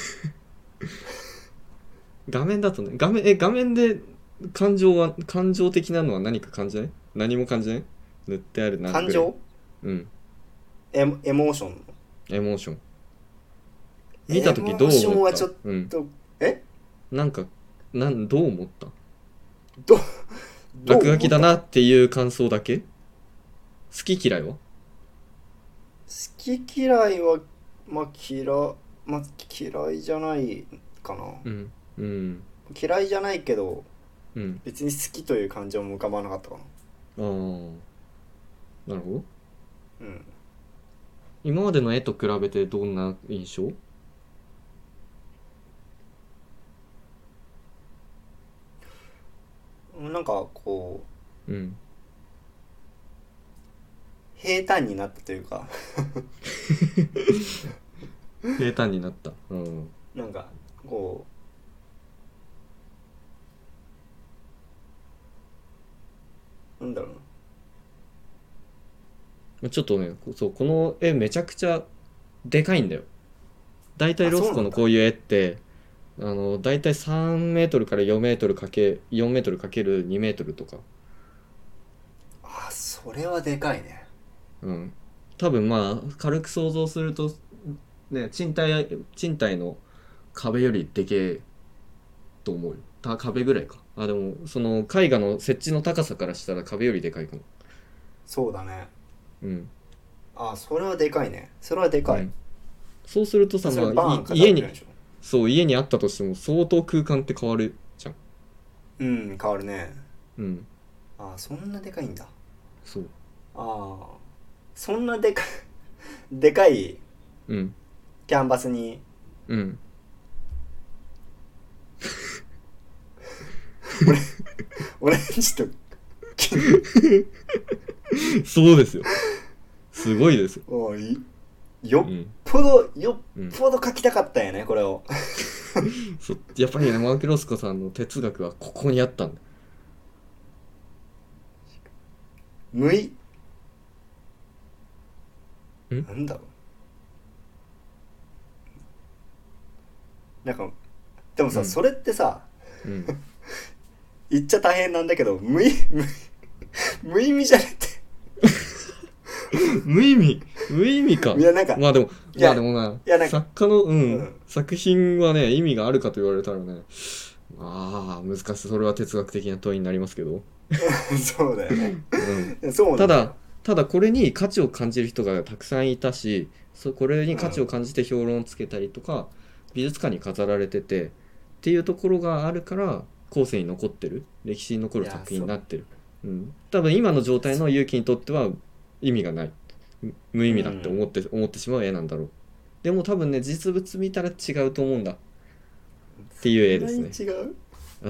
画面だとね画面え画面で感情は感情的なのは何か感じない？何も感じない？塗ってある何感情？ うんエモ、エモーションエモーション見た時どう思った？エモーションはちょっと、うん、えなんかなんどう思った？ ど落書きだなっていう感想だけ？好き嫌いは？好き嫌いはまあ嫌、まあ、嫌いじゃないかな、 うんうん、 嫌いじゃないけど、 うん、 別に好きという感情も浮かばなかったかな。 ああなるほど、 うん、 今までの絵と比べてどんな印象？ なんかこう、うん、 平坦になったというか平坦になった、うん、 なんかこうなんだろうなちょっとねそうこの絵めちゃくちゃでかいんだよ。だいたいロスコのこういう絵ってあのだいたいさんメートルからよんメートルかけよんメートルかけるにメートルとか。 あそれはでかいね。 うん多分まあ軽く想像するとね賃貸賃貸の壁よりでけえと思うよ。た壁ぐらいか。あでもその絵画の設置の高さからしたら壁よりでかいかも。 そうだね。 うんあそれはでかいね。それはでかい、うん、 そうするとさ、まあ、家にそう家にあったとしても相当空間って変わるじゃん。 うん変わるね。 うんあそんなでかいんだ。 そうああ、そんなでかでかいうんキャンバスにうん俺俺ちょっとそうですよ、すごいですよ。 おいよっうんぽどよっうんぽど書きたかったんやねこれを。 そやっぱりねマーク・ロスコさんの哲学はここにあったんだ。 無いんなんだろう、なんかでもさ、 うんそれってさうん言っちゃ大変なんだけど無意無意無意味じゃねって無意味無意味か。 いやなんかまあでもいやまあでもないやなんか作家の、うん、 うん作品はね意味があるかと言われたらね、ああ難しい、それは哲学的な問いになりますけど、 そうだよね、 うん、 そうなんだよ。 ただただこれに価値を感じる人がたくさんいたし、そこれに価値を感じて評論をつけたりとか、美術館に飾られててっていうところがあるから後世に残ってる、歴史に残る作品になってる。うん、多分今の状態の勇気にとっては意味がない、無意味だって思って、うん、思ってしまう絵なんだろう。でも多分ね実物見たら違うと思うんだっていう絵ですね。 そんなに違う？ うん。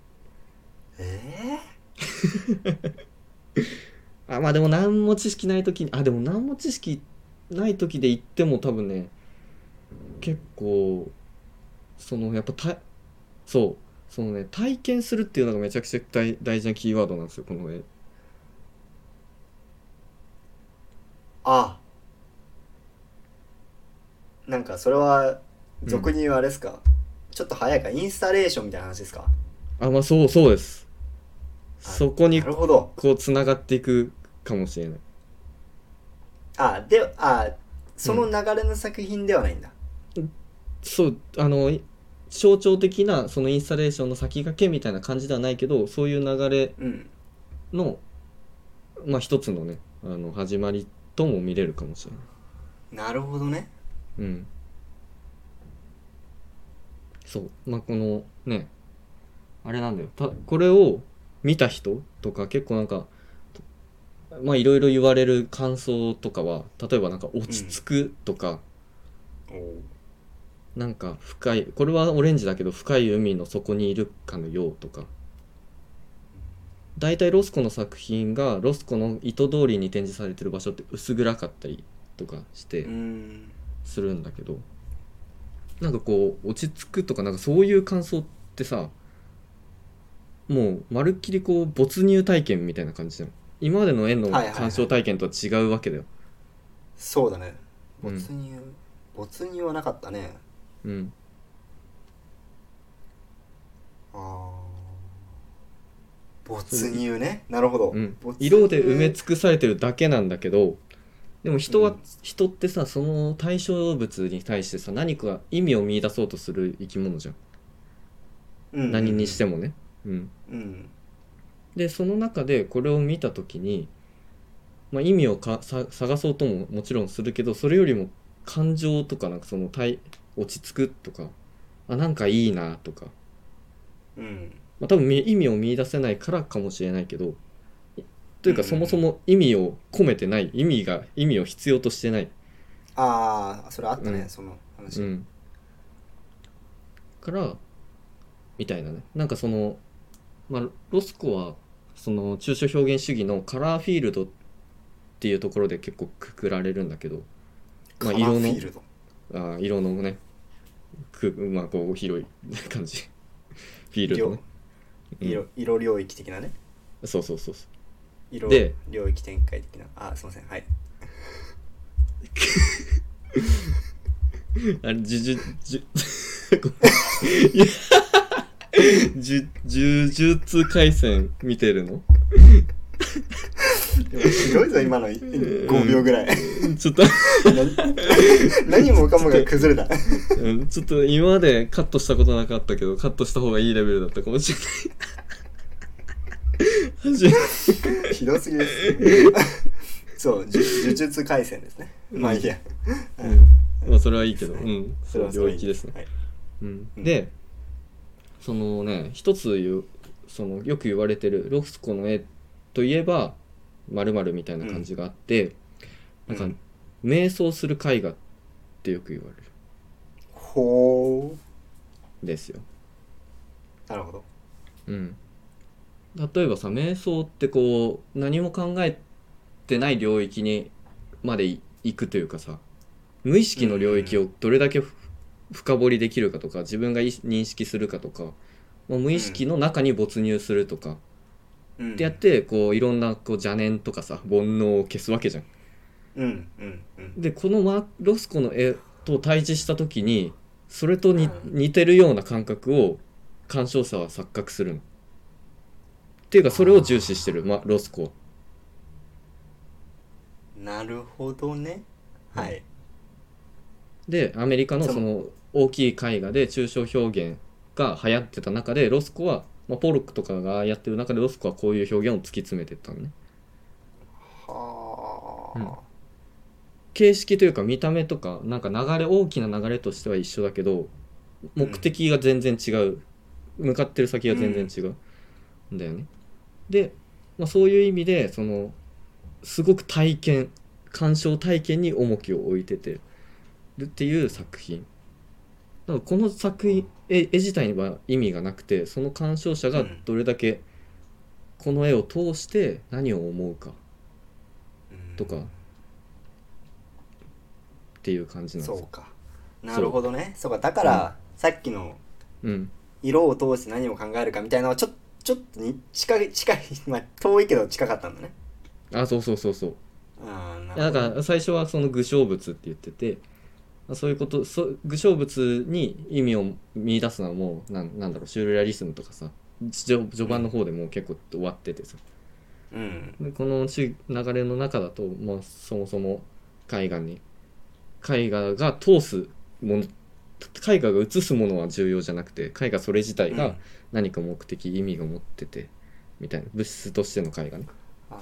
えー、あまあでも何も知識ない時に、あでも何も知識ない時で言っても多分ね結構そのやっぱたそうそのね体験するっていうのがめちゃくちゃ 大, 大事なキーワードなんですよこの絵。 あなんかそれは俗に言うあれですか、うん、ちょっと早いかインスタレーションみたいな話ですか？ あまあそうそうです。そこになるほどこうつながっていくかもしれない。 あであその流れの作品ではないんだ、 うん、そうあの象徴的なそのインスタレーションの先駆けみたいな感じではないけど、そういう流れの、うん、まあ一つのねあの始まりとも見れるかもしれない。なるほどね。 うんそうまあこのねあれなんだよ、たこれを見た人とか結構なんかまあいろいろ言われる感想とかは、例えばなんか落ち着くとか、うん、なんか深い、これはオレンジだけど深い海の底にいるかのようとか、だいたいロスコの作品がロスコの意図通りに展示されてる場所って薄暗かったりとかしてするんだけど、なんかこう落ち着くとかなんかそういう感想ってさ、もうまるっきりこう没入体験みたいな感じじゃん。今までの絵の鑑賞体験とは違うわけだよ。 そうだね。没入、うん、没入はなかったね。 うんあ没入ね。なるほど、 うん、色で埋め尽くされてるだけなんだけど、でも人は、うん、人ってさその対象物に対してさ何か意味を見出そうとする生き物じゃん、うんうんうん、何にしてもね、うんうん、でその中でこれを見た時に、まあ、意味をかさ探そうとももちろんするけど、それよりも感情とかなんかその体落ち着くとか、あなんかいいなとか、うんまあ、多分意味を見出せないからかもしれないけど、というかそもそも意味を込めてない、意味が意味を必要としてない。 ああそれあったね、うん、その話、うん、 からみたいなね。なんかその、まあ、ロスコはその抽象表現主義のカラーフィールドっていうところで結構くくられるんだけど、まあ、色のあ色のねく、まあ、こう広い感じフィールドね、 色、うん、色領域的なね。 そうそうそうそう色で領域展開的な。あすいませんはいあれ呪術呪術廻戦見てるのひどいぞ今のごびょうぐらい、 うん、ちょっと何もかもが崩れたうん、ちょっと今までカットしたことなかったけどカットした方がいいレベルだったかもしれないひどすぎですそう呪術廻戦ですね、うん、まあいいや、 うん、まあそれはいいけど、うん、そう領域ですね、はいうん、でそのね一つ言うそのよく言われてるロスコの絵といえば 〇〇みたいな感じがあって、うん、なんか瞑想する絵画ってよく言われる。 ほうですよ。 なるほど。 うん。例えばさ、瞑想ってこう何も考えてない領域にまで行くというかさ、無意識の領域をどれだけ深掘りできるかとか、自分が認識するかとか、もう無意識の中に没入するとか、うん、ってやってこういろんなこう邪念とかさ煩悩を消すわけじゃん。 うんうんうん、 でこのマロスコの絵と対峙した時にそれとに、うん、似てるような感覚を鑑賞者は錯覚するの。っていうかそれを重視してる、ま、ロスコは。 なるほどね。はい。 でアメリカのその大きい絵画で抽象表現が流行ってた中でロスコは、まあ、ポロックとかがやってる中でロスコはこういう表現を突き詰めてったのね。はあ、うん、形式というか見た目とかなんか流れ大きな流れとしては一緒だけど目的が全然違う、うん、向かってる先が全然違うんだよね。で、まあ、そういう意味でそのすごく体験鑑賞体験に重きを置いててるっていう作品だからこの作品 絵, 絵自体には意味がなくてその鑑賞者がどれだけこの絵を通して何を思うかとかっていう感じなんですよ。 そうか、なるほどね。そうか、だから、うん、さっきの色を通して何を考えるかみたいなのはちょちょっとに近い近いまあ遠いけど近かったんだね。 あ、そうそうそうそう。 あ、なるほど。だから最初はその具象物って言ってて、そういうことそ具象物に意味を見出すのはもう な, なんだろうシュールレアリスムとかさ序盤の方でもう結構終わっててさ、うん、でこの流れの中だと、まあ、そもそも絵画に絵画が通すもの絵画が映すものは重要じゃなくて絵画それ自体が何か目的、うん、意味が持っててみたいな物質としての絵画ね。あ、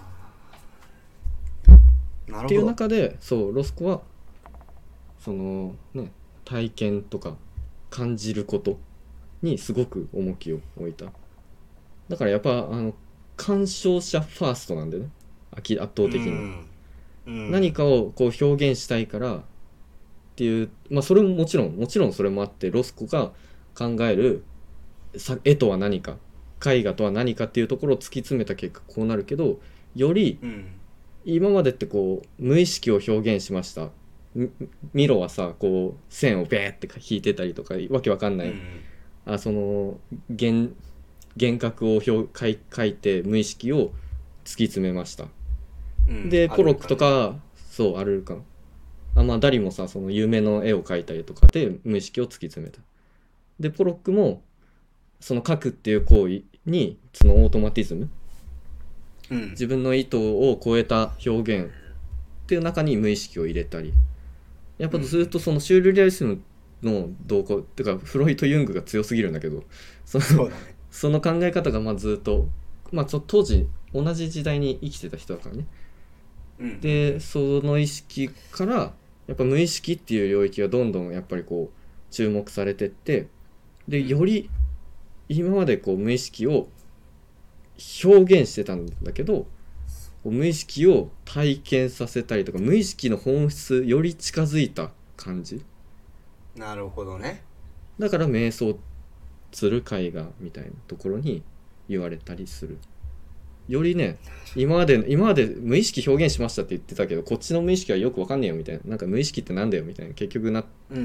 なるほど。っていう中でそうロスコはそのね体験とか感じることにすごく重きを置いた。だからやっぱあの鑑賞者ファーストなんだよね、圧倒的に、うんうん、何かをこう表現したいからっていう、まあそれももちろんもちろんそれもあってロスコが考える絵とは何か絵画とは何かっていうところを突き詰めた結果こうなるけど、より今までってこう無意識を表現しました、ミロはさこう線をベーって引いてたりとかわけわかんない、うん、あその幻覚を表書い書いて無意識を突き詰めました、うん、でポロックとか、ね、そうアルルカンあ、まあ、ダリもさその夢の絵を描いたりとかで無意識を突き詰めた。でポロックもその書くっていう行為にそのオートマティズム、うん、自分の意図を超えた表現っていう中に無意識を入れたり、やっぱずっとそのシュールレアリスムの動向っていうかフロイト・ユングが強すぎるんだけど、その、そうだね、その考え方がまあずっと、まあ、当時同じ時代に生きてた人だからね、うん、でその意識からやっぱ無意識っていう領域がどんどんやっぱりこう注目されてって、でより今までこう無意識を表現してたんだけど無意識を体験させたりとか無意識の本質より近づいた感じ。 なるほどね。 だから瞑想する絵画みたいなところに言われたりする。よりね今まで今まで無意識表現しましたって言ってたけどこっちの無意識はよく分かんねえよみたいな、なんか無意識ってなんだよみたいな結局 な,、うんうんうん、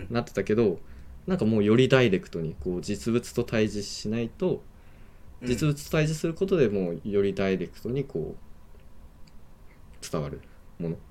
なってたけど、なんかもうよりダイレクトにこう実物と対峙しないと、実物と対峙することでもうよりダイレクトにこう伝わるもの、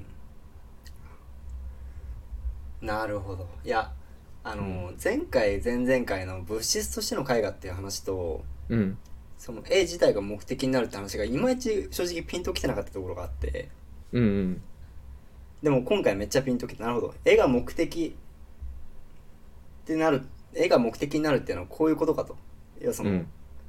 うん、なるほど。いやあの、うん、前回前々回の物質としての絵画っていう話と、うん、その絵自体が目的になるって話がいまいち正直ピンときてなかったところがあって、うんうん、でも今回めっちゃピンときて、なるほど絵が目的ってなる、絵が目的になるっていうのはこういうことかと。いやその、うん、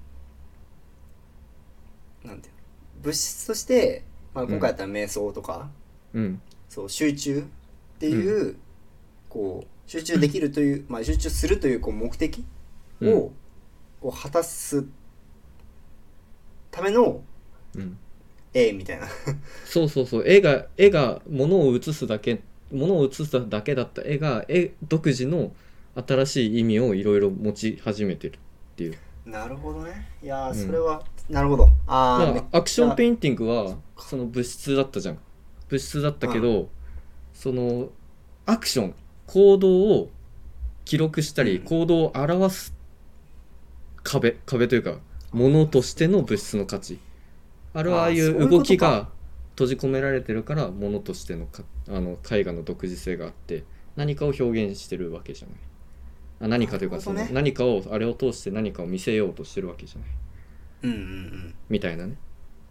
なんていうの物質として、まあ、今回やったら瞑想とか、うん、そう集中っていう、うん、こう集中できるという、まあ、集中するというこう目的を、うん、こう果たすための、うん、 絵みたいなそうそうそう、絵が絵が物を映すだけ物を映すだけだった絵が絵独自の新しい意味をいろいろ持ち始めてるっていう。 なるほどね。いやー、 うん、 それはなるほど。ああ、めっだからアクションちゃ。 ペインティングはその物質だったじゃん。物質だったけど、うん、そのアクション行動を記録したり、うん、行動を表す壁壁というかものとしての物質の価値、あれはああいう動きが閉じ込められてるからものとしてのかあの絵画の独自性があって何かを表現してるわけじゃない。あ、何かというか、その何かをあれを通して何かを見せようとしてるわけじゃない、 うんうんうん、 みたいなね。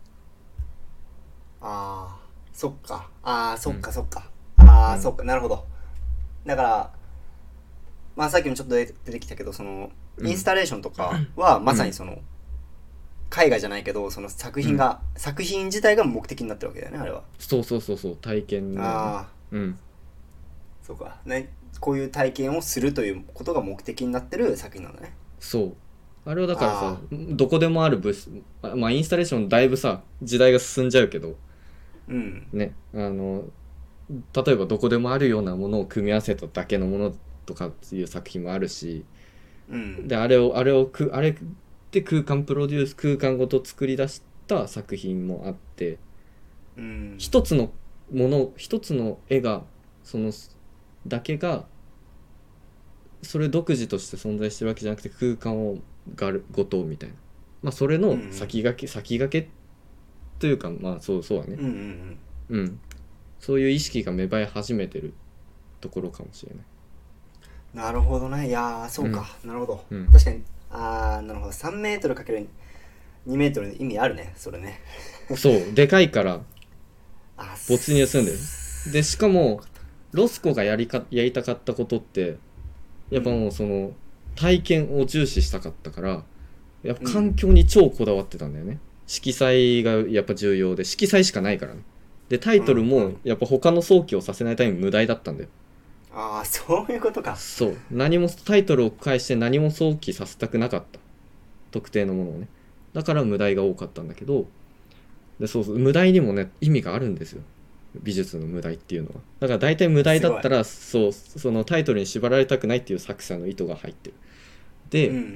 ああ、そっか、ああ、そっかそっか、うん、ああ、そっか、なるほど。だからまあさっきもちょっと出てきたけど、そのインスタレーションとかはまさにその、うん、絵画じゃないけどその作品が、うん、作品自体が目的になってるわけだよね、あれは。 そうそうそうそう、体験の、ね、ああ、うん、 そうかね、こういう体験をするということが目的になってる作品なんだね。 そう、あれはだからさ、どこでもある物質、まあインスタレーションだいぶさ時代が進んじゃうけど、 うんね、あの例えばどこでもあるようなものを組み合わせただけのものとかっていう作品もあるし、うん、であれをあれをくあれで空間プロデュース空間ごと作り出した作品もあって、うん、一つのもの一つの絵がそのだけがそれ独自として存在してるわけじゃなくて空間をがるごとみたいな、まあそれの先駆け、うん、先駆けというか、まあそうそうだね、うんうんうん、うん、そういう意識が芽生え始めてるところかもしれない。 なるほどね。いやー、そうか、うん、なるほど、うん、確かに。あー、なるほど。さんメートルかけるにメートルの意味あるね、それね。 そうでかいから没入するんだよ。でしかもロスコがやりかやりたかったことってやっぱもうその体験を重視したかったからやっぱ環境に超こだわってたんだよね、うん、色彩がやっぱ重要で色彩しかないからね。でタイトルもやっぱ他の想起をさせないために無題だったんだよ。 ああ、そういうことか。 そう、何もタイトルを返して何も想起させたくなかった、特定のものをね。だから無題が多かったんだけど、でそうそう、無題にもね意味があるんですよ、美術の無題っていうのは。だから大体無題だったらそうそのタイトルに縛られたくないっていう作者の意図が入ってる。で、うんうんうん、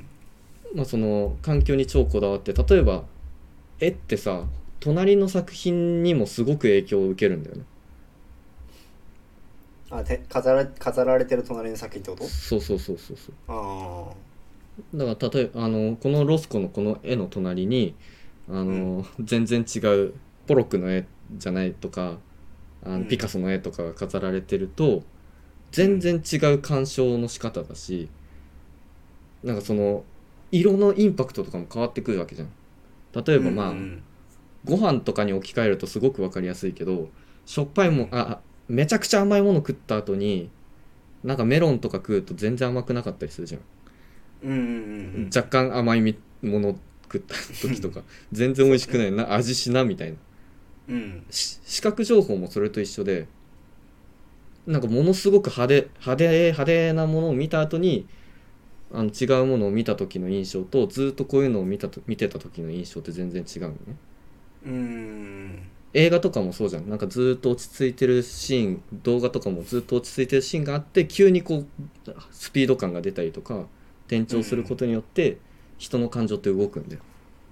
まあその環境に超こだわって、例えば絵ってさ隣の作品にもすごく影響を受けるんだよね。 あ、て飾ら飾られてる隣の作品ってこと？ そうそうそうそうそう。ああ。だから例えばあのこのロスコのこの絵の隣にあの、うん、全然違うポロックの絵じゃないとかあの、うん、ピカソの絵とかが飾られてると全然違う鑑賞の仕方だし、なんかその色のインパクトとかも変わってくるわけじゃん。例えばまあ、うんうん、ご飯とかに置き換えるとすごく分かりやすいけど、しょっぱいもんあめちゃくちゃ甘いもの食った後になんかメロンとか食うと全然甘くなかったりするじゃん。うんうんうん、若干甘いもの食った時とか全然美味しくないな、味しなみたいな、うん、視覚情報もそれと一緒で、なんかものすごく派手派手派手なものを見た後にあの違うものを見た時の印象とずっとこういうのを見たと見てた時の印象って全然違うのね。うーん、映画とかもそうじゃん。なんかずっと落ち着いてるシーン、動画とかもずっと落ち着いてるシーンがあって急にこうスピード感が出たりとか転調することによって人の感情って動くんだよ。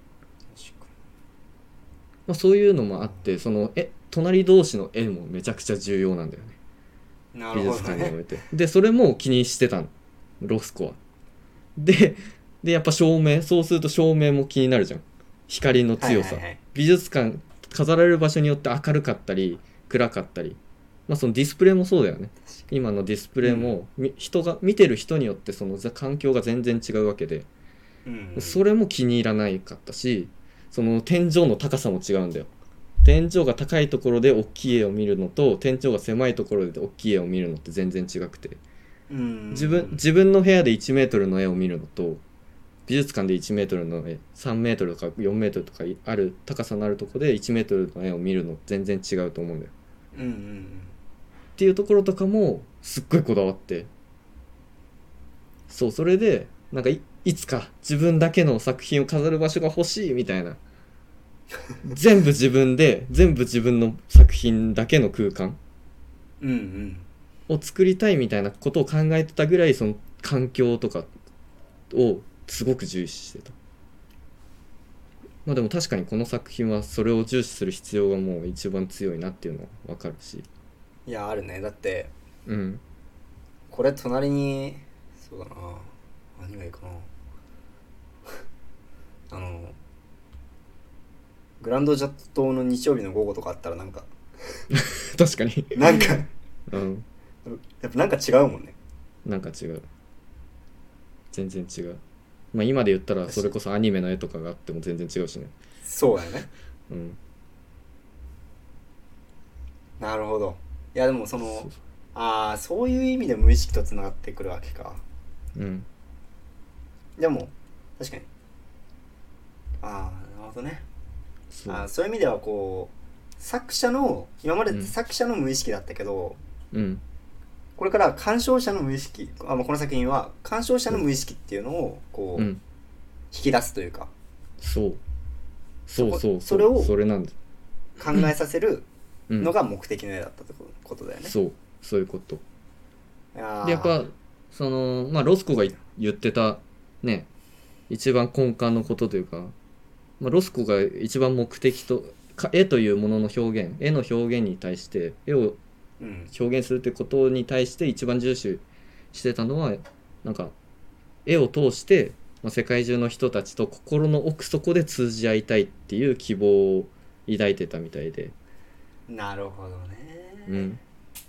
まあ、そういうのもあってそのえ隣同士の絵もめちゃくちゃ重要なんだよね。なるほどね。美術館において。でそれも気にしてたのロスコは。ででやっぱ照明、そうすると照明も気になるじゃん。光の強さ、はいはいはい、美術館飾られる場所によって明るかったり暗かったり、まあそのディスプレイもそうだよね。今のディスプレイも、うん、人が見てる人によってその環境が全然違うわけで、うんうん、それも気に入らないかったし、その天井の高さも違うんだよ。天井が高いところで大きい絵を見るのと天井が狭いところで大きい絵を見るのって全然違くて、うん、自分自分の部屋でいちメートルの絵を見るのと美術館でいちメートルの絵さんメートルとかよんメートルとかある高さのあるところでいちメートルの絵を見るの全然違うと思うんだよ、うんうんうん、っていうところとかもすっごいこだわって、そうそれでなんか い, いつか自分だけの作品を飾る場所が欲しいみたいな全部自分で全部自分の作品だけの空間うんうんを作りたいみたいなことを考えてたぐらい、その環境とかをすごく重視してた。まあでも確かにこの作品はそれを重視する必要がもう一番強いなっていうのは分かるし。 いやあるね。だってうんこれ隣にそうだな、何がいいかなあのグランドジャット島の日曜日の午後とかあったらなんか確かになんかうんやっぱなんか違うもんね。 なんか違う、全然違う。まあ今で言ったらそれこそアニメの絵とかがあっても全然違うしね。 そうだよね。 うんなるほど。いやでもそのそうああそういう意味で無意識とつながってくるわけか。 うんでも確かにああなるほどね。 そうあそういう意味ではこう作者の今までうん作者の無意識だったけど、 うんこれから鑑賞者の無意識、あこの作品は鑑賞者の無意識っていうのをこう、 うん、 引き出すというか、 そうそうそうそれをそれなんだ考えさせるのが目的の絵だったってことだよね。 うん、そうそういうこと。 いやでやっぱそのまあロスコが言ってたね一番根幹のことというか、まあ、ロスコが一番目的とか絵というものの表現、絵の表現に対して絵を表現するということに対して一番重視してたのはなんか絵を通して、まあ、世界中の人たちと心の奥底で通じ合いたいっていう希望を抱いてたみたいで。 なるほどね。 うん、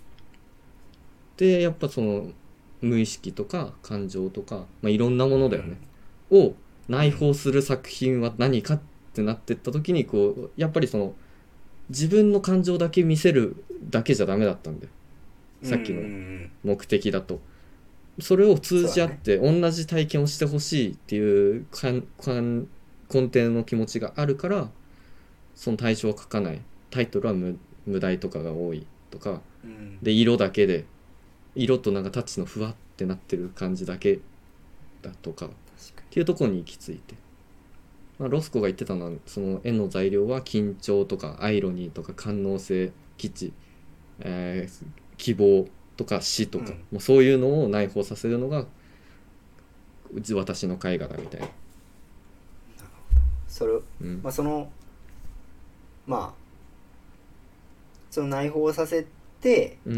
でやっぱその無意識とか感情とか、まあ、いろんなものだよね、うん、を内包する作品は何かってなってった時にこうやっぱりその自分の感情だけ見せるだけじゃダメだったんだよ、さっきの目的だと。それを通じ合って同じ体験をしてほしいっていうかんかん根底の気持ちがあるから、その対象は書かない、タイトルは 無, 無題とかが多いとか、うん、で色だけで色となんかタッチのふわってなってる感じだけだとかっていうところに行き着いて、まあ、ロスコが言ってたのはその絵の材料は緊張とかアイロニーとか官能性、基地、えー、希望とか死とか、うん、もうそういうのを内包させるのがうち私の絵画だみたいな。なるほど。それ、うん、まあそのまあその内包させて、うん、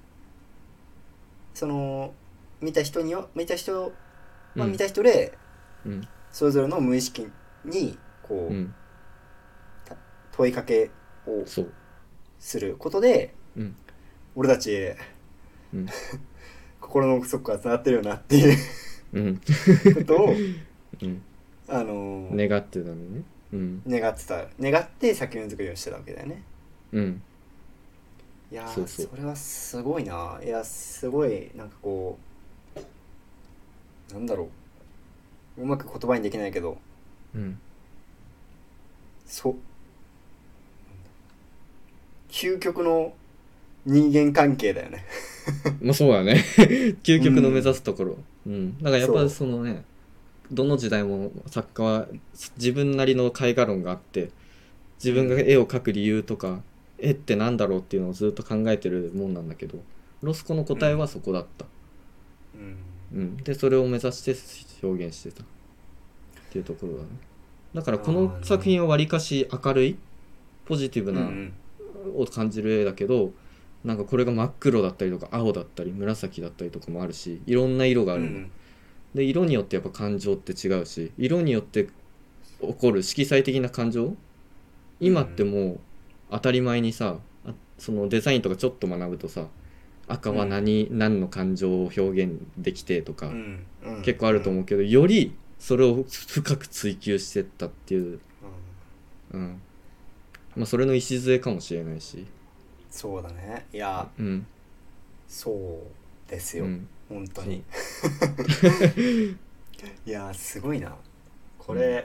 その見た人には見た人、まあ、見た人で、うん、それぞれの無意識にこう、うん、問いかけをすることで、うん、俺たち、うん、心の奥底がつながってるよなっていう、うん、ことを、うん、あのー、願ってたのね、うん、 願ってた願って作品作りをしてたわけだよね。 うんいやそうそう、それはすごいな。いやすごいなんかこうなんだろう、うまく言葉にできないけど、うん、そ究極の人間関係だよねまあそうだね究極の目指すところ、うん、うん、だからやっぱりそのね、どの時代も作家は自分なりの絵画論があって、自分が絵を描く理由とか絵ってなんだろうっていうのをずっと考えてるもんなんだけど、ロスコの答えはそこだった、うんうん、でそれを目指して表現してたっていうところだね。だからこの作品はわりかし明るいポジティブなを感じる絵だけど、なんかこれが真っ黒だったりとか青だったり紫だったりとかもあるし、いろんな色があるの、うん、で色によってやっぱ感情って違うし、色によって起こる色彩的な感情、今ってもう当たり前にさ、そのデザインとかちょっと学ぶとさ、赤は何、うん、何の感情を表現できてとか、うんうん、結構あると思うけど、よりそれを深く追求してったっていう、うんうん、まあそれの礎かもしれないし。 そうだね。いや、うん、そうですよ、うん、本当にいやすごいなこれ、うん、い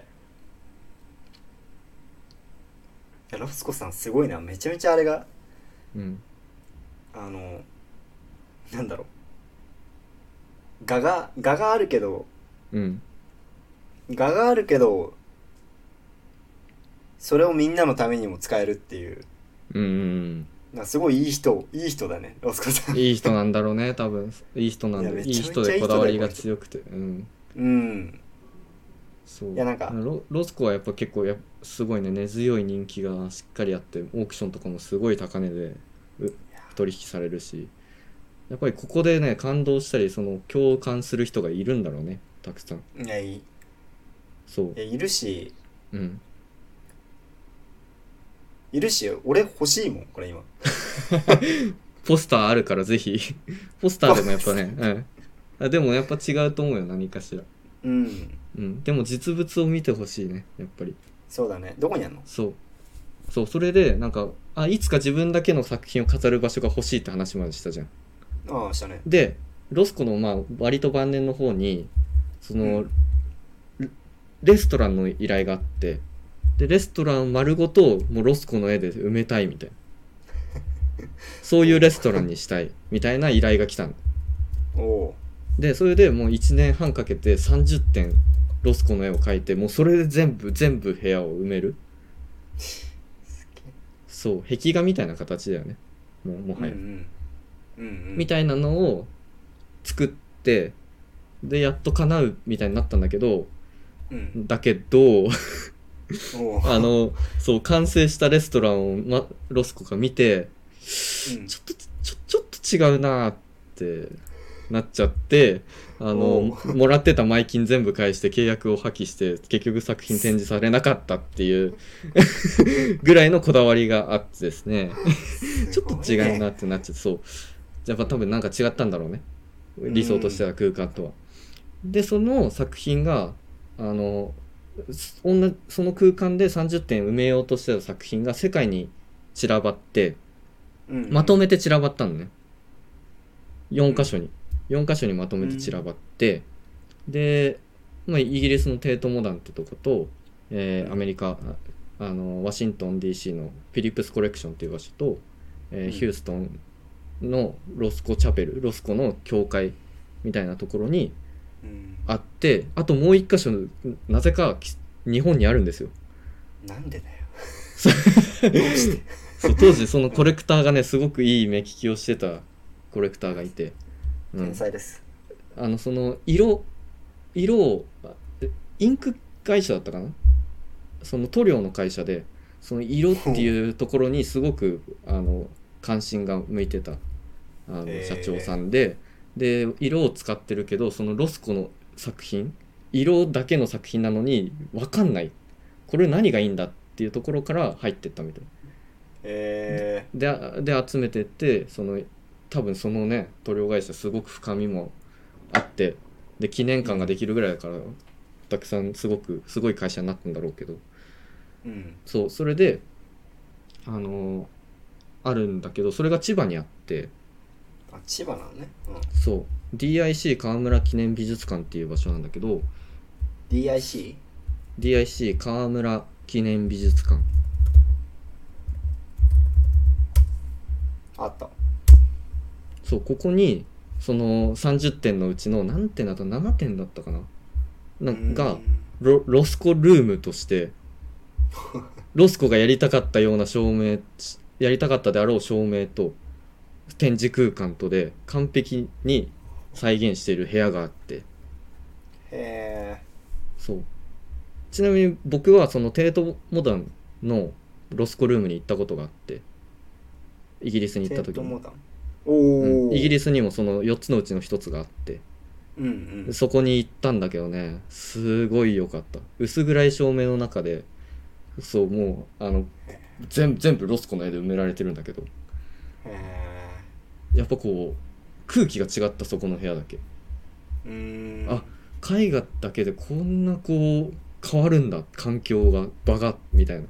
やロスコさんすごいな。めちゃめちゃあれが、うん、あのなんだろう、画が画があるけど、うん、画があるけどそれをみんなのためにも使えるっていう。 うんうんうんなんかすごいいい人いい人だねロスコさん。 いい人なんだろうね多分。いい人なんだ。いい人でこだわりが強くて。うんうんそう。 いやなんかロ, ロスコはやっぱ結構やすごいね根強い人気がしっかりあって、オークションとかもすごい高値で取引されるし、やっぱりここでね感動したりその共感する人がいるんだろうね、たくさん。 いやいそういやいるしうんいるし俺欲しいもんこれ今ポスターあるからぜひポスターでもやっぱね、うん、あでもやっぱ違うと思うよ、何かしら。 うん、 うん、でも実物を見てほしいねやっぱり。 そうだね。どこにあるの？ そうそうそれでなんかあいつか自分だけの作品を飾る場所が欲しいって話までしたじゃん。 ああしたね。 でロスコのまあ割と晩年の方にその、うん、レストランの依頼があって、でレストラン丸ごともうロスコの絵で埋めたいみたいなそういうレストランにしたいみたいな依頼が来たの。 おでそれでもういちねんはんかけてさんじゅってんロスコの絵を描いて、もうそれで全部全部部屋を埋める。そう壁画みたいな形だよね、もうもはや、うんうんうんうん、みたいなのを作って、でやっと叶うみたいになったんだけど、うん、だけどあのそう完成したレストランを、ま、ロスコが見て、うん、ちょっとちょちょっと違うなってなっちゃって、あのもらってた前金全部返して契約を破棄して結局作品展示されなかったっていうぐらいのこだわりがあってですねちょっと違うなってなっちゃって、そうやっぱ多分なんか違ったんだろうね、理想としては空間とは。でその作品があのその空間でさんじゅってん埋めようとしてた作品が世界に散らばって、うんうん、まとめて散らばったのね、よんかしょに、うんよんかしょにまとめて散らばって、うん、で、まあ、イギリスのテートモダンってとこと、えー、アメリカあのワシントン ディーシー のフィリップスコレクションっていう場所と、えーうん、ヒューストンのロスコチャペル、ロスコの教会みたいなところにあって、あともういっかしょなぜか日本にあるんですよ。 なんでだよそう当時そのコレクターがねすごくいい目利きをしてたコレクターがいて、 天才です、 うん、あのその色色をインク会社だったかな、その塗料の会社でその色っていうところにすごくあの関心が向いてたあの社長さんで、えー、で色を使ってるけどそのロスコの作品色だけの作品なのに分かんない、これ何がいいんだっていうところから入ってったみたい、 えー、で, で集めてってその多分そのね塗料会社すごく深みもあって、で記念館ができるぐらいだから、うん、たくさんすごくすごい会社になったんだろうけど、うん、そうそれであのー、あるんだけどそれが千葉にあって、 あ千葉なのね、 うん、そう ディーアイシー 川村記念美術館っていう場所なんだけど、 ディーアイシー？ ディーアイシー 川村記念美術館あった。 そうここにそのさんじゅってんのうちの何点だったななてんだったかななんが ロ, ロスコルームとしてロスコがやりたかったような照明やりたかったであろう照明と展示空間とで完璧に再現している部屋があって、 へー、 そうちなみに僕はそのテートモダンのロスコルームに行ったことがあって、イギリスに行った時に、テートモダン、おー、うん、イギリスにもそのよっつのうちのひとつがあって、うんうん、そこに行ったんだけどねすごい良かった。薄暗い照明の中でそうもうあの全部全部ロスコの絵で埋められてるんだけど、へやっぱこう空気が違った、そこの部屋だけ。うーん、あ絵画だけでこんなこう変わるんだ、環境が場がみたいな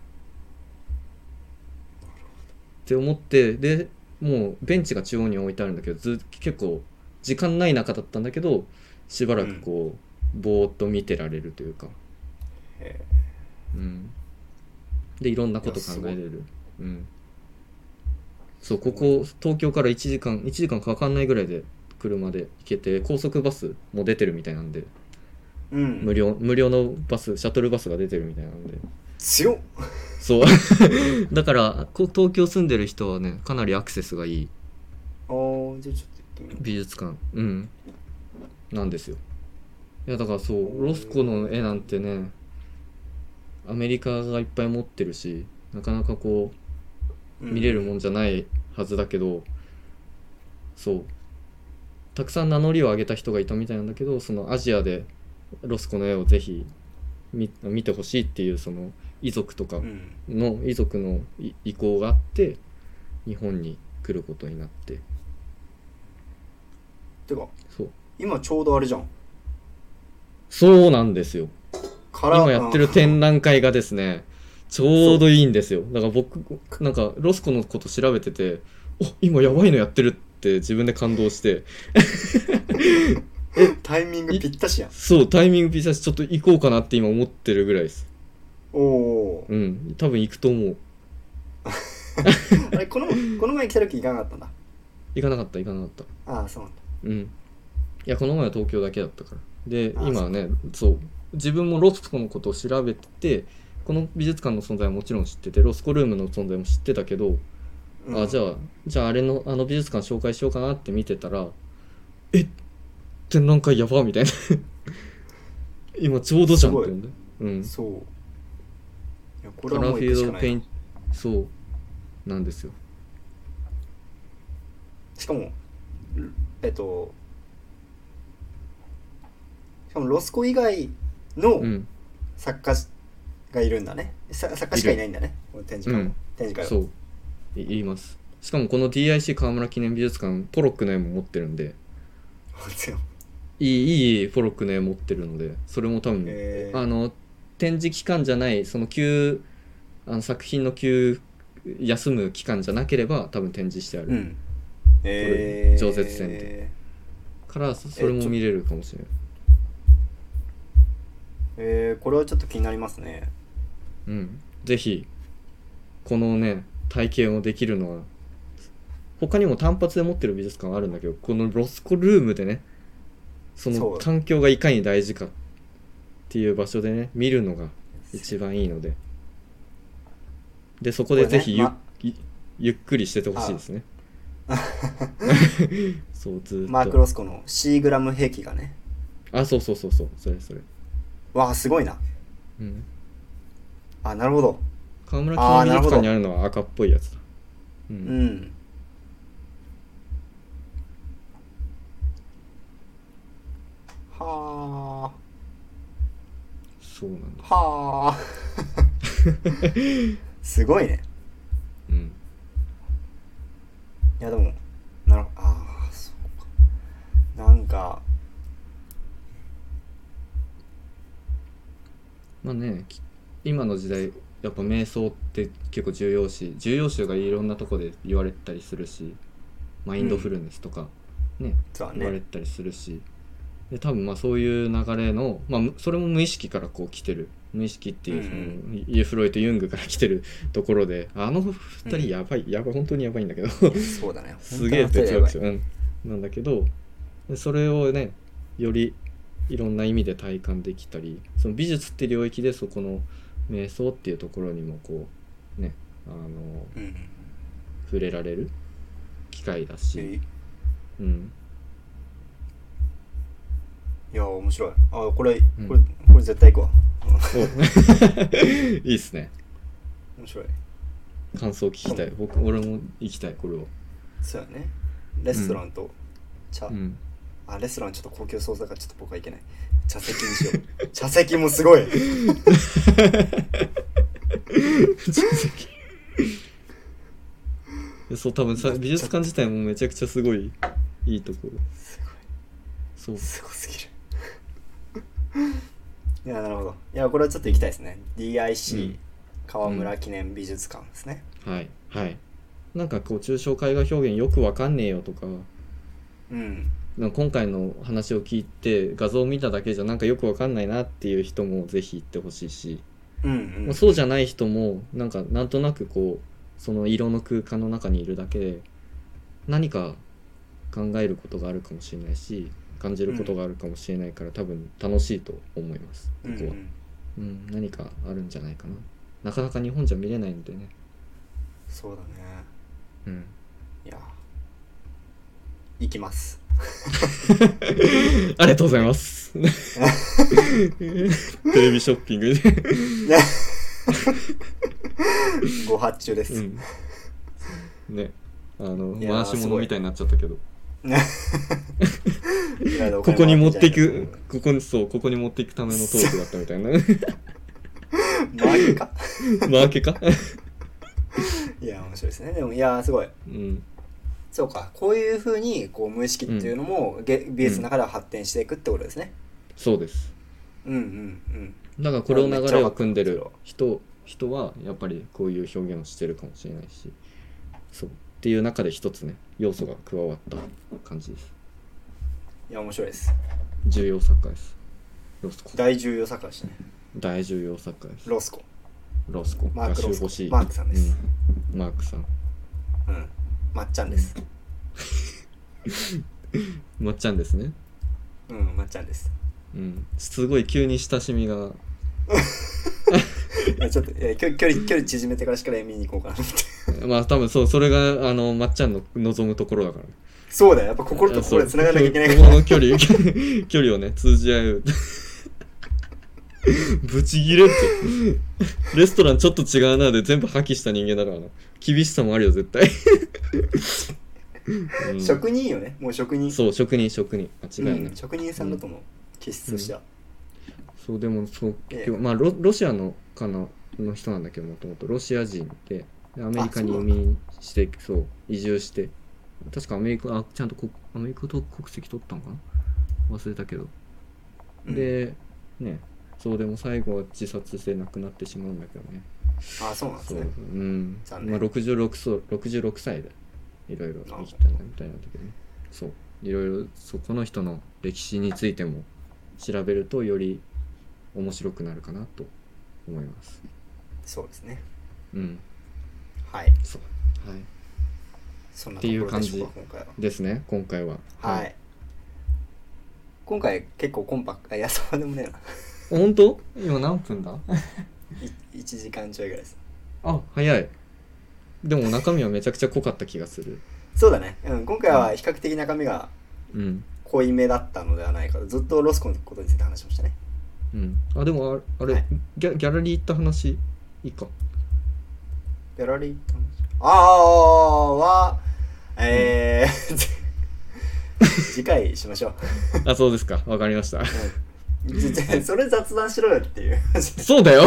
って思って、でもうベンチが中央に置いてあるんだけどず結構時間ない中だったんだけどしばらくこう、うん、ぼーっと見てられるというか、へー、うん、でいろんなこと考えれる、うん、そうここ東京からいちじかんいちじかんかかんないぐらいで車で行けて、高速バスも出てるみたいなんで、うん、無料無料のバスシャトルバスが出てるみたいなんで、 強っ。 そうだからこ東京住んでる人はねかなりアクセスがいいあーじゃあちょっと行ってみよう。 美術館うんなんですよ。いやだからそうロスコの絵なんてねアメリカがいっぱい持ってるしなかなかこう見れるもんじゃないはずだけど、うん、そうたくさん名乗りを上げた人がいたみたいなんだけどそのアジアでロスコの絵をぜひ 見, 見てほしいっていうその遺族とかの、うん、遺族の意向があって日本に来ることになっててかそう今ちょうどあれじゃん。 そうなんですよ。今やってる展覧会がですねちょうどいいんですよ。だから僕なんかロスコのこと調べててお今やばいのやってるって自分で感動してえタイミングぴったしやん。 そうタイミングぴったしちょっと行こうかなって今思ってるぐらいです。 おおうん多分行くと思うあれこのこの前来た時行かなかったんだ。 行かなかった行かなかった。 ああそうなんだ。 うんいやこの前は東京だけだったからで今はねそう自分もロスコのことを調べててこの美術館の存在はもちろん知っててロスコルームの存在も知ってたけど、うん、あじゃあじゃああれのあの美術館紹介しようかなって見てたらえ展覧会やばみたいな今ちょうどじゃんって思うね。うんそういやこれはもう行くしかないな。カラーフィールドペインそうなんですよ。 しかもえっとしかもロスコ以外の作家がいるんだね、うん、作家しかいないんだね展示会、うん、展示会はそう言います。しかもこの ディーアイシー 河村記念美術館ポロックの絵も持ってるんでいいいいポロックの絵持ってるのでそれも多分、えー、あの展示期間じゃないその休あの作品の休休む期間じゃなければ多分展示してある、うんえー、常設展でからそれも見れるかもしれない。 えー、これはちょっと気になりますね。 うんぜひこのね体験をできるのは他にも単発で持ってる美術館はあるんだけどこのロスコルームでねその環境がいかに大事かっていう場所でね見るのが一番いいのででそこでぜひ ゆ,、ねま、ゆっくりしててほしいですねそうずっとマーク・ロスコのシーグラム兵器がねあそうそうそうそうそれそれわあすごいな、うん、あなるほど河村記念美術館にあるのは赤っぽいやつだうん、うんはあそうなんだはあすごいねうんいやでもなるああそうかなんかまあね今の時代やっぱ瞑想って結構重要視重要視がいろんなとこで言われたりするしマインドフルネスとかね、うん、言われたりするしで多分まあそういう流れの、まあ、それも無意識からこう来てる無意識っていうその、うん、イエフロイとユングから来てるところであのふたりやばい、うん、やばい本当にやばいんだけどそうだねすげえ哲学者、うん、なんだけどそれをねよりいろんな意味で体感できたりその美術って領域でそこの瞑想っていうところにもこうねあの、うん、触れられる機会だし、うんいや面白いあこれ、うん、これこれ絶対行くわいいっすね面白い感想聞きたい僕俺も行きたいこれをそうやねレストランと茶、うん、あレストランちょっと高級そうだからちょっと僕は行けない茶席にしよう茶席もすごい茶席そう多分さ美術館自体もめちゃくちゃすごいいいところすごいそうすごすぎるいやなるほどいやこれはちょっと行きたいですね ディーアイシー、うん、河村記念美術館ですね、 うん、はいはいなんかこう抽象絵画表現よくわかんねえよとか、うん、なんか今回の話を聞いて画像を見ただけじゃなんかよくわかんないなっていう人もぜひ行ってほしいし、うんうんまあ、そうじゃない人もなんかなんとなくこうその色の空間の中にいるだけで何か考えることがあるかもしれないし感じることがあるかもしれないから、うん、多分楽しいと思いますここは、うんうんうん、何かあるんじゃないかななかなか日本じゃ見れないんでね。 そうだね。 うん。 いや行きます。 ありがとうございます。テレビショッピングでご発注です、うん、 ね、あの回し物みたいになっちゃったけどここに持っていく、ここにそうここに持っていくためのトークだったみたいなマーケかマーケかいや面白いですね。でもいやすごい、うん、そうか、こういう風にこう無意識っていうのも、うん、美術の中では発展していくってことですね、 うん、そうです。 うんうんうんだからこれを流れを組んでる人人はやっぱりこういう表現をしてるかもしれないし、そうっていう中で一つね要素が加わった感じです。 いや面白いです。 重要作家です。ロスコ大重要作家でしたね。 大重要作家です。 ロスコロスコマークロスコマークさんです、 うん、マークさん、 うんまっちゃんです、 まっちゃんですね。 うんまっちゃんです、 うん、すごい急に親しみがいやちょっといや距離距離距離縮めてからしか見に行こうかなってまあ多分そうそれがあのまっちゃんの望むところだからね。 そうだよ、やっぱ心と心で繋がらなきゃいけないからこの距離距離をね通じ合うブチギレってレストランちょっと違うなで全部破棄した人間だからな。厳しさもあるよ絶対、 うん、職人よね、もう職人。 そう職人職人間違いない、 うん、職人さんだと思う、うん、気質としては、 うん、そうでもそう、ええ、まあ ロ, ロシアのかなの人なんだけどもともとロシア人でアメリカに移民してそう移住して確かアメリカあちゃんとアメリカと国籍取ったのかな忘れたけど、うん、でねそうでも最後は自殺して亡くなってしまうんだけどね。 ああそうなんですね。 うん。まあろくじゅうろくさいでいろいろ生きたみたいなんだけどね。そういろいろそこの人の歴史についても調べるとより面白くなるかなと思います。 そうですね。 うん。 はい。 そうはい。 そんなっていう感じですね今回は。 はい。はい、今回結構コンパクト、いやそうでもねえな。 本当？今何分だいちじかんちょいぐらいです。 あ、早い。でも中身はめちゃくちゃ濃かった気がする。 そうだね、うん、今回は比較的中身が濃いめだったのではないかと、ずっとロスコのことについて話しましたね。 うん。あ、でもあれ、はい、ギャ、ギャラリー行った話いいか。 ギャラリー行った話ああはえー、うん、次回しましょうあ、そうですか。わかりました。うんそれ雑談しろよっていうそうだよ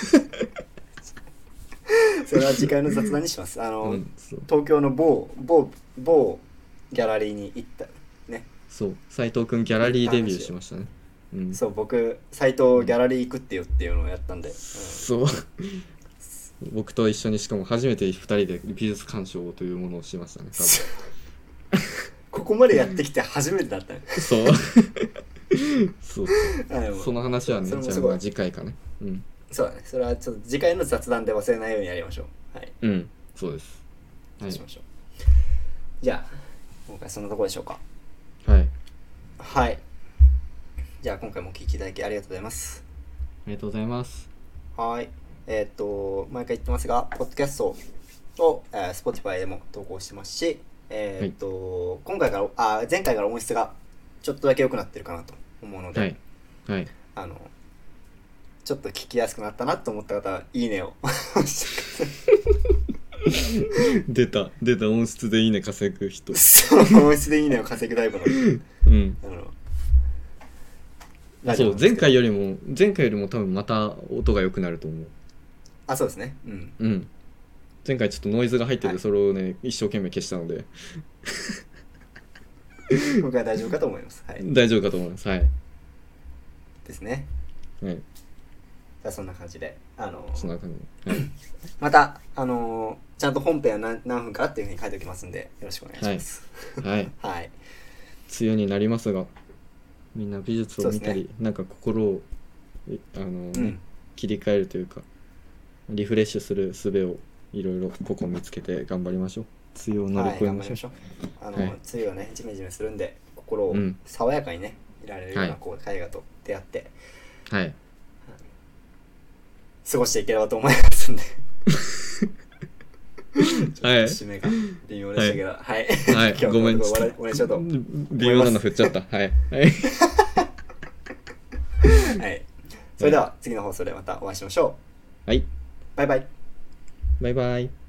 それは次回の雑談にします。あの、うん、東京の某某某ギャラリーに行ったね。 そう斉藤くんギャラリーデビューしましたね。 うん、そう僕斉藤ギャラリー行くってよっていうのをやったんで、うん、 そう僕と一緒にしかも初めてふたりで美術鑑賞というものをしましたね多分ここまでやってきて初めてだったねそうそうそうその話はねじゃあ次回かね、うん、 そうだねそれはちょっと次回の雑談で忘れないようにやりましょう。はい、 うんそうです、 はい、しましょう。じゃあ今回そんなところでしょうか。 はいはいじゃあ今回もお聞きいただきありがとうございます。 ありがとうございます。 はいえー、っと毎回言ってますがポッドキャストを、えー、Spotify でも投稿してますしえー、っと、はい、今回からあ前回から音質がちょっとだけ良くなってるかなと思うので、 はいはい、 あのちょっと聞きやすくなったなと思った方はいいねを出た出た音質でいいね稼ぐ人そう音質でいいねを稼ぐタイプの、 うん、あのそう前回よりも前回よりも多分また音が良くなると思う。 あそうですねうん、 うん、前回ちょっとノイズが入ってて、はい、それをね一生懸命消したので今回は大丈夫かと思います、はい、 大丈夫かと思いますはいですね。 はいじゃあそんな感じであのー、 そんな感じ、はい、 またあのー、ちゃんと本編は 何, 何分からっていうふうに書いておきますんでよろしくお願いします。 はい、はいはい、梅雨になりますがみんな美術を見たり、ね、なんか心をあの、ねうん、切り替えるというかリフレッシュする術をいろいろここ見つけて頑張りましょう。梅雨を乗り越えましょう。 はい、あの、はい、梅雨はねジメジメするんで心を爽やかにね、うん、いられるようなこう絵画と出会って、 はい、 過ごしていければと思いますんではい、 締めが微妙でしたけど、はい、 はい、はい、ごめん、 終わりしようと微妙なの振っちゃった。はい、はい、 はい、それでは次の放送でまたお会いしましょう。はい、 バイバイ。 バイバイ。